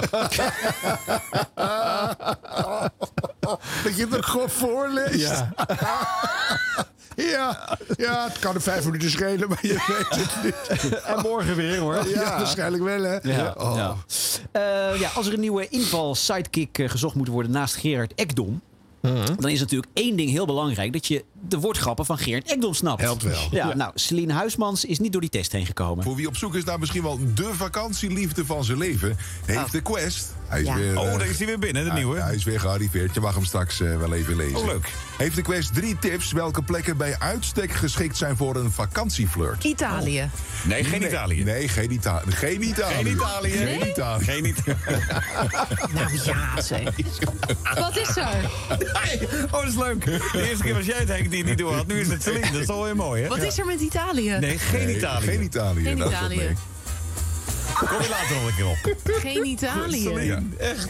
Dat je het gewoon voorleest. Ja. Ja, het kan er 5 minuten schelen, maar je weet het niet. En morgen weer, hoor. Ja, waarschijnlijk wel, hè? Ja. Als er een nieuwe inval-sidekick gezocht moet worden naast Gerard Ekdom, dan is natuurlijk één ding heel belangrijk: dat je de woordgrappen van Gerard Ekdom snapt. Helpt wel. Ja. Nou, Celine Huismans is niet door die test heen gekomen. Voor wie op zoek is naar misschien wel de vakantieliefde van zijn leven, heeft de Quest. Hij is weer, daar is hij weer binnen, de nieuwe. Hij is weer gearriveerd. Je mag hem straks wel even lezen. Oh, leuk. Heeft de Quest 3 tips welke plekken bij uitstek geschikt zijn voor een vakantieflirt? Italië. Nee, geen Italië. Nee, geen Italië. Geen Italië. Geen Italië. Geen Italië. Geen Italië. Nou ja, zeg. Wat is er? Oh, dat is leuk. De eerste keer was jij het, Henk, die het niet door had. Nu is het Celine. Dat is al weer mooi, hè? Wat is er met Italië? Nee, geen Italië. Geen Italië. Geen dat Italië. is Kom je later nog een keer op. Geen Italië. Ja. Echt.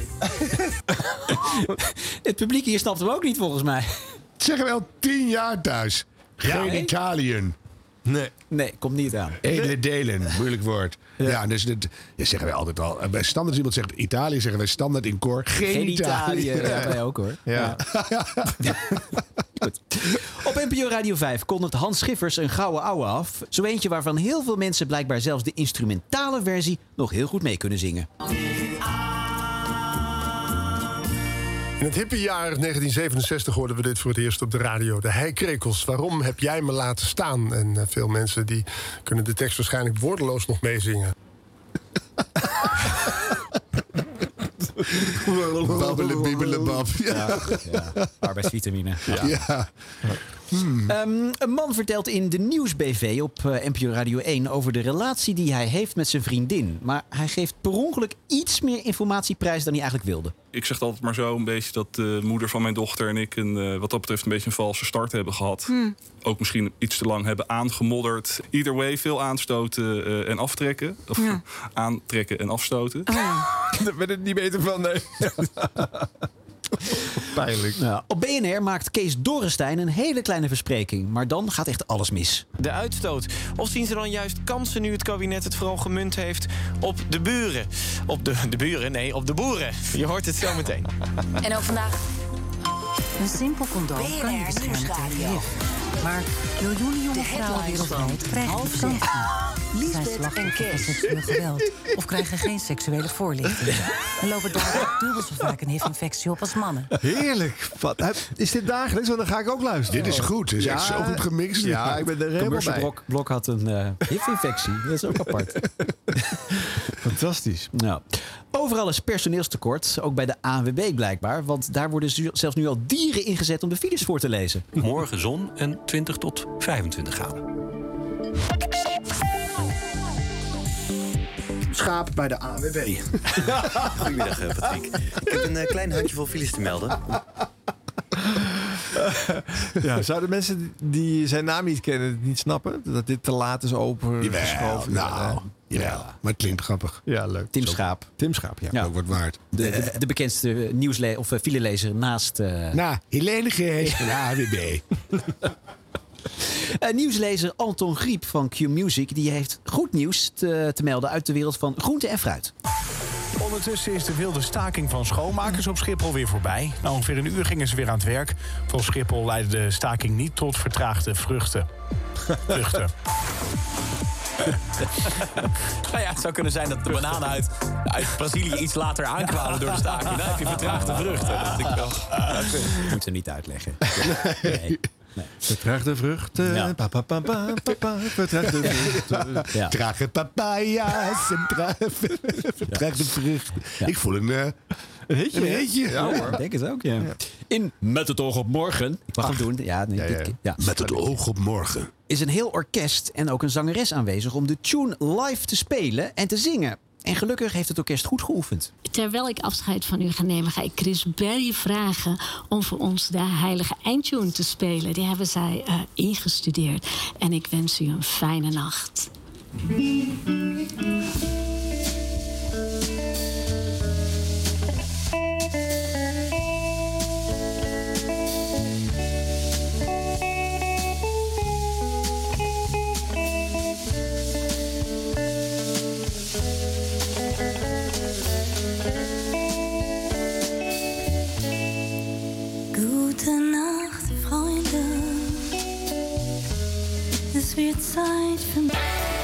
Het publiek hier snapt hem ook niet, volgens mij. Het zeggen we al 10 jaar thuis. Geen Italië. Nee, komt niet aan. Edele delen, moeilijk woord. Ja, dus dat zeggen wij altijd al. Bij standaard als iemand zegt Italië, zeggen wij standaard in koor. Geen Italië. Ja, wij ook, hoor. Ja. Goed. Op NPO Radio 5 kondigt Hans Schiffers een gouden ouwe af. Zo eentje waarvan heel veel mensen blijkbaar zelfs de instrumentale versie nog heel goed mee kunnen zingen. In het hippe jaar 1967 hoorden we dit voor het eerst op de radio. De Heikrekels. Waarom heb jij me laten staan? En veel mensen die kunnen de tekst waarschijnlijk woordeloos nog meezingen. Babbelen, bibbelen, bab. Ja. Arbeidsvitamine. Ja. Een man vertelt in de Nieuwsbv op NPO Radio 1 over de relatie die hij heeft met zijn vriendin. Maar hij geeft per ongeluk iets meer informatie prijs dan hij eigenlijk wilde. Ik zeg altijd maar zo een beetje dat de moeder van mijn dochter en ik wat dat betreft een beetje een valse start hebben gehad. Ook misschien iets te lang hebben aangemodderd. Either way, veel aanstoten en aftrekken. Of aantrekken en afstoten. Daar ben ik niet beter van, nee. Pijnlijk. Ja. Op BNR maakt Kees Dorrestein een hele kleine verspreking. Maar dan gaat echt alles mis. De uitstoot. Of zien ze dan juist kansen nu het kabinet het vooral gemunt heeft op de buren? Op de buren? Nee, op de boeren. Je hoort het zo meteen. En ook vandaag. Een simpel condoom kan je beschermen tegen HIV. Maar miljoenen jonge vrouwen wereldwijd krijgen die kansen. Zijn slachtoffer van seksueel geweld of krijgen geen seksuele voorlichting. En lopen daardoor dubbel zo vaak een HIV-infectie op als mannen. Heerlijk. Is dit dagelijks? Want dan ga ik ook luisteren. Dit is goed. Het is echt zo goed gemixt. Ja, ik ben er helemaal bij. Blok had een HIV-infectie. Dat is ook apart. Fantastisch. Nou. Overal is personeelstekort, ook bij de ANWB blijkbaar. Want daar worden zelfs nu al dieren ingezet om de files voor te lezen. Morgen zon en 20 tot 25 graden. Schaap bij de ANWB. Goedemiddag, Patrick. Ik heb een klein handjevol files te melden. Ja, zouden mensen die zijn naam niet kennen het niet snappen? Dat dit te laat is opengeschoven? Ja, maar het klinkt grappig. Ja, leuk. Tim Schaap. Tim Schaap, ja. Dat wordt waard. De bekendste filelezer naast... Helene Gees van de ANWB. Nieuwslezer Anton Griep van Q-Music die heeft goed nieuws te melden uit de wereld van groente en fruit. Ondertussen is de wilde staking van schoonmakers op Schiphol weer voorbij. Na ongeveer een uur gingen ze weer aan het werk. Volgens Schiphol leidde de staking niet tot vertraagde vruchten. Nou ja, het zou kunnen zijn dat de bananen uit Brazilië iets later aankwamen door de staking. Dan heb je vertraagde vruchten. Dat denk ik wel. Dat moeten we niet uitleggen. Nee. Vertraagde vruchten. Vertraagde vruchten. Ja. Trage papaya's en vertraagde vruchten. Ja. Ik voel een hitje. Ja, hoor. Ik denk het ook, ja. In Met het oog op morgen. Ik mag hem doen. Ja, Met het oog op morgen. Is een heel orkest en ook een zangeres aanwezig om de tune live te spelen en te zingen. En gelukkig heeft het orkest goed geoefend. Terwijl ik afscheid van u ga nemen, ga ik Chris Berry vragen om voor ons de heilige eindtune te spelen. Die hebben zij ingestudeerd. En ik wens u een fijne nacht. Gute Nacht, Freunde. Es wird Zeit für mich.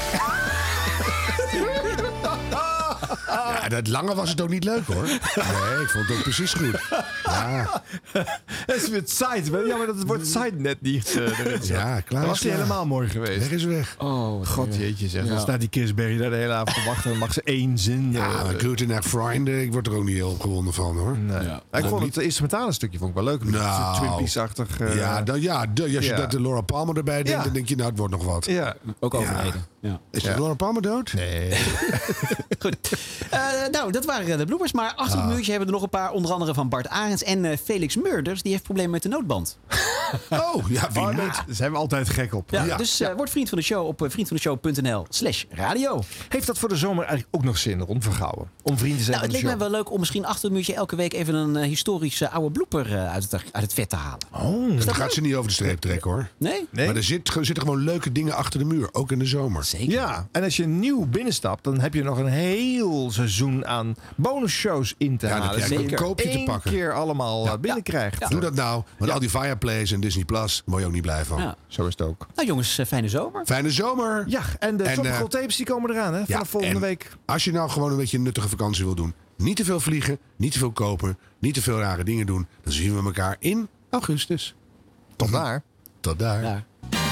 Ja, dat lange was het ook niet leuk, hoor. Nee, ik vond het ook precies goed. Ja. Het is weer side. Ja, maar dat wordt side net niet. Ja, klaar. Dan was hij helemaal mooi geweest. Weg is weg. Oh, god jeetje zeg. Ja. Dan staat die Chris Berry daar de hele avond te wachten. Dan mag ze één zin. Ja, maar Gute Nacht, Vrienden. Ik word er ook niet heel opgewonden van, hoor. Nee. Ja. Ik vond het instrumentale stukje vond ik wel leuk. Nou, Twin Peaks-achtig. Als je dat de Laura Palmer erbij denkt, dan denk je, nou, het wordt nog wat. Ja. Ook overleden. Ja. Is Laura Palmer dood? Nee. Goed. Nou, dat waren de bloopers. Maar achter het muurtje hebben we er nog een paar. Onder andere van Bart Arends en Felix Murders. Die heeft problemen met de noodband. Oh, ja, wie niet? Daar zijn we altijd gek op. Ja, dus word vriend van de show op vriendvandeshow.nl/radio. Heeft dat voor de zomer eigenlijk ook nog zin, Ron Vergouwen? Om vriend te zijn van het de show? leek mij wel leuk om misschien achter het muurtje elke week even een historische oude blooper uit het vet te halen. Oh, dan gaat ze niet over de streep trekken, hoor. Nee? Maar er zitten gewoon leuke dingen achter de muur. Ook in de zomer. Zeker. Ja, en als je nieuw binnenstapt, dan heb je nog een heel seizoen aan bonusshows in te halen. Dan heb je een koopje te pakken. Eén keer allemaal binnenkrijgt. Ja. Doe dat nou. Want al die Fireplays en Disney Plus, moet je ook niet blij van. Ja. Zo is het ook. Nou jongens, fijne zomer. Fijne zomer. Ja, en de Tropical Tapes die komen eraan, hè? Vanaf volgende week. Als je nou gewoon een beetje een nuttige vakantie wil doen. Niet te veel vliegen, niet te veel kopen, niet te veel rare dingen doen. Dan zien we elkaar in augustus. Tot daar. Tot daar. Ja.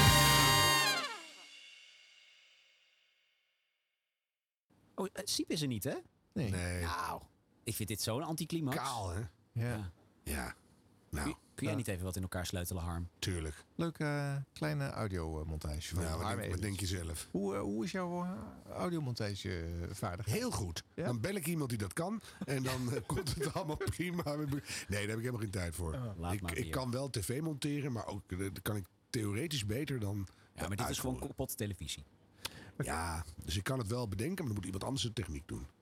Oh, Siep is er niet, hè? Nee. Nou, ik vind dit zo'n anticlimax. Kaal, hè? Ja. Ja. Nou, Kun jij niet even wat in elkaar sleutelen, Harm? Tuurlijk. Leuke kleine audiomontage van Harm Edens. Wat denk je zelf? Hoe is jouw audiomontage vaardigheid? Heel goed. Ja? Dan bel ik iemand die dat kan. En dan komt het allemaal prima. Nee, daar heb ik helemaal geen tijd voor. Ik kan wel tv monteren, maar ook dat kan ik theoretisch beter dan. Ja, maar dit is gewoon kapot televisie. Ja, dus ik kan het wel bedenken, maar dan moet iemand anders de techniek doen.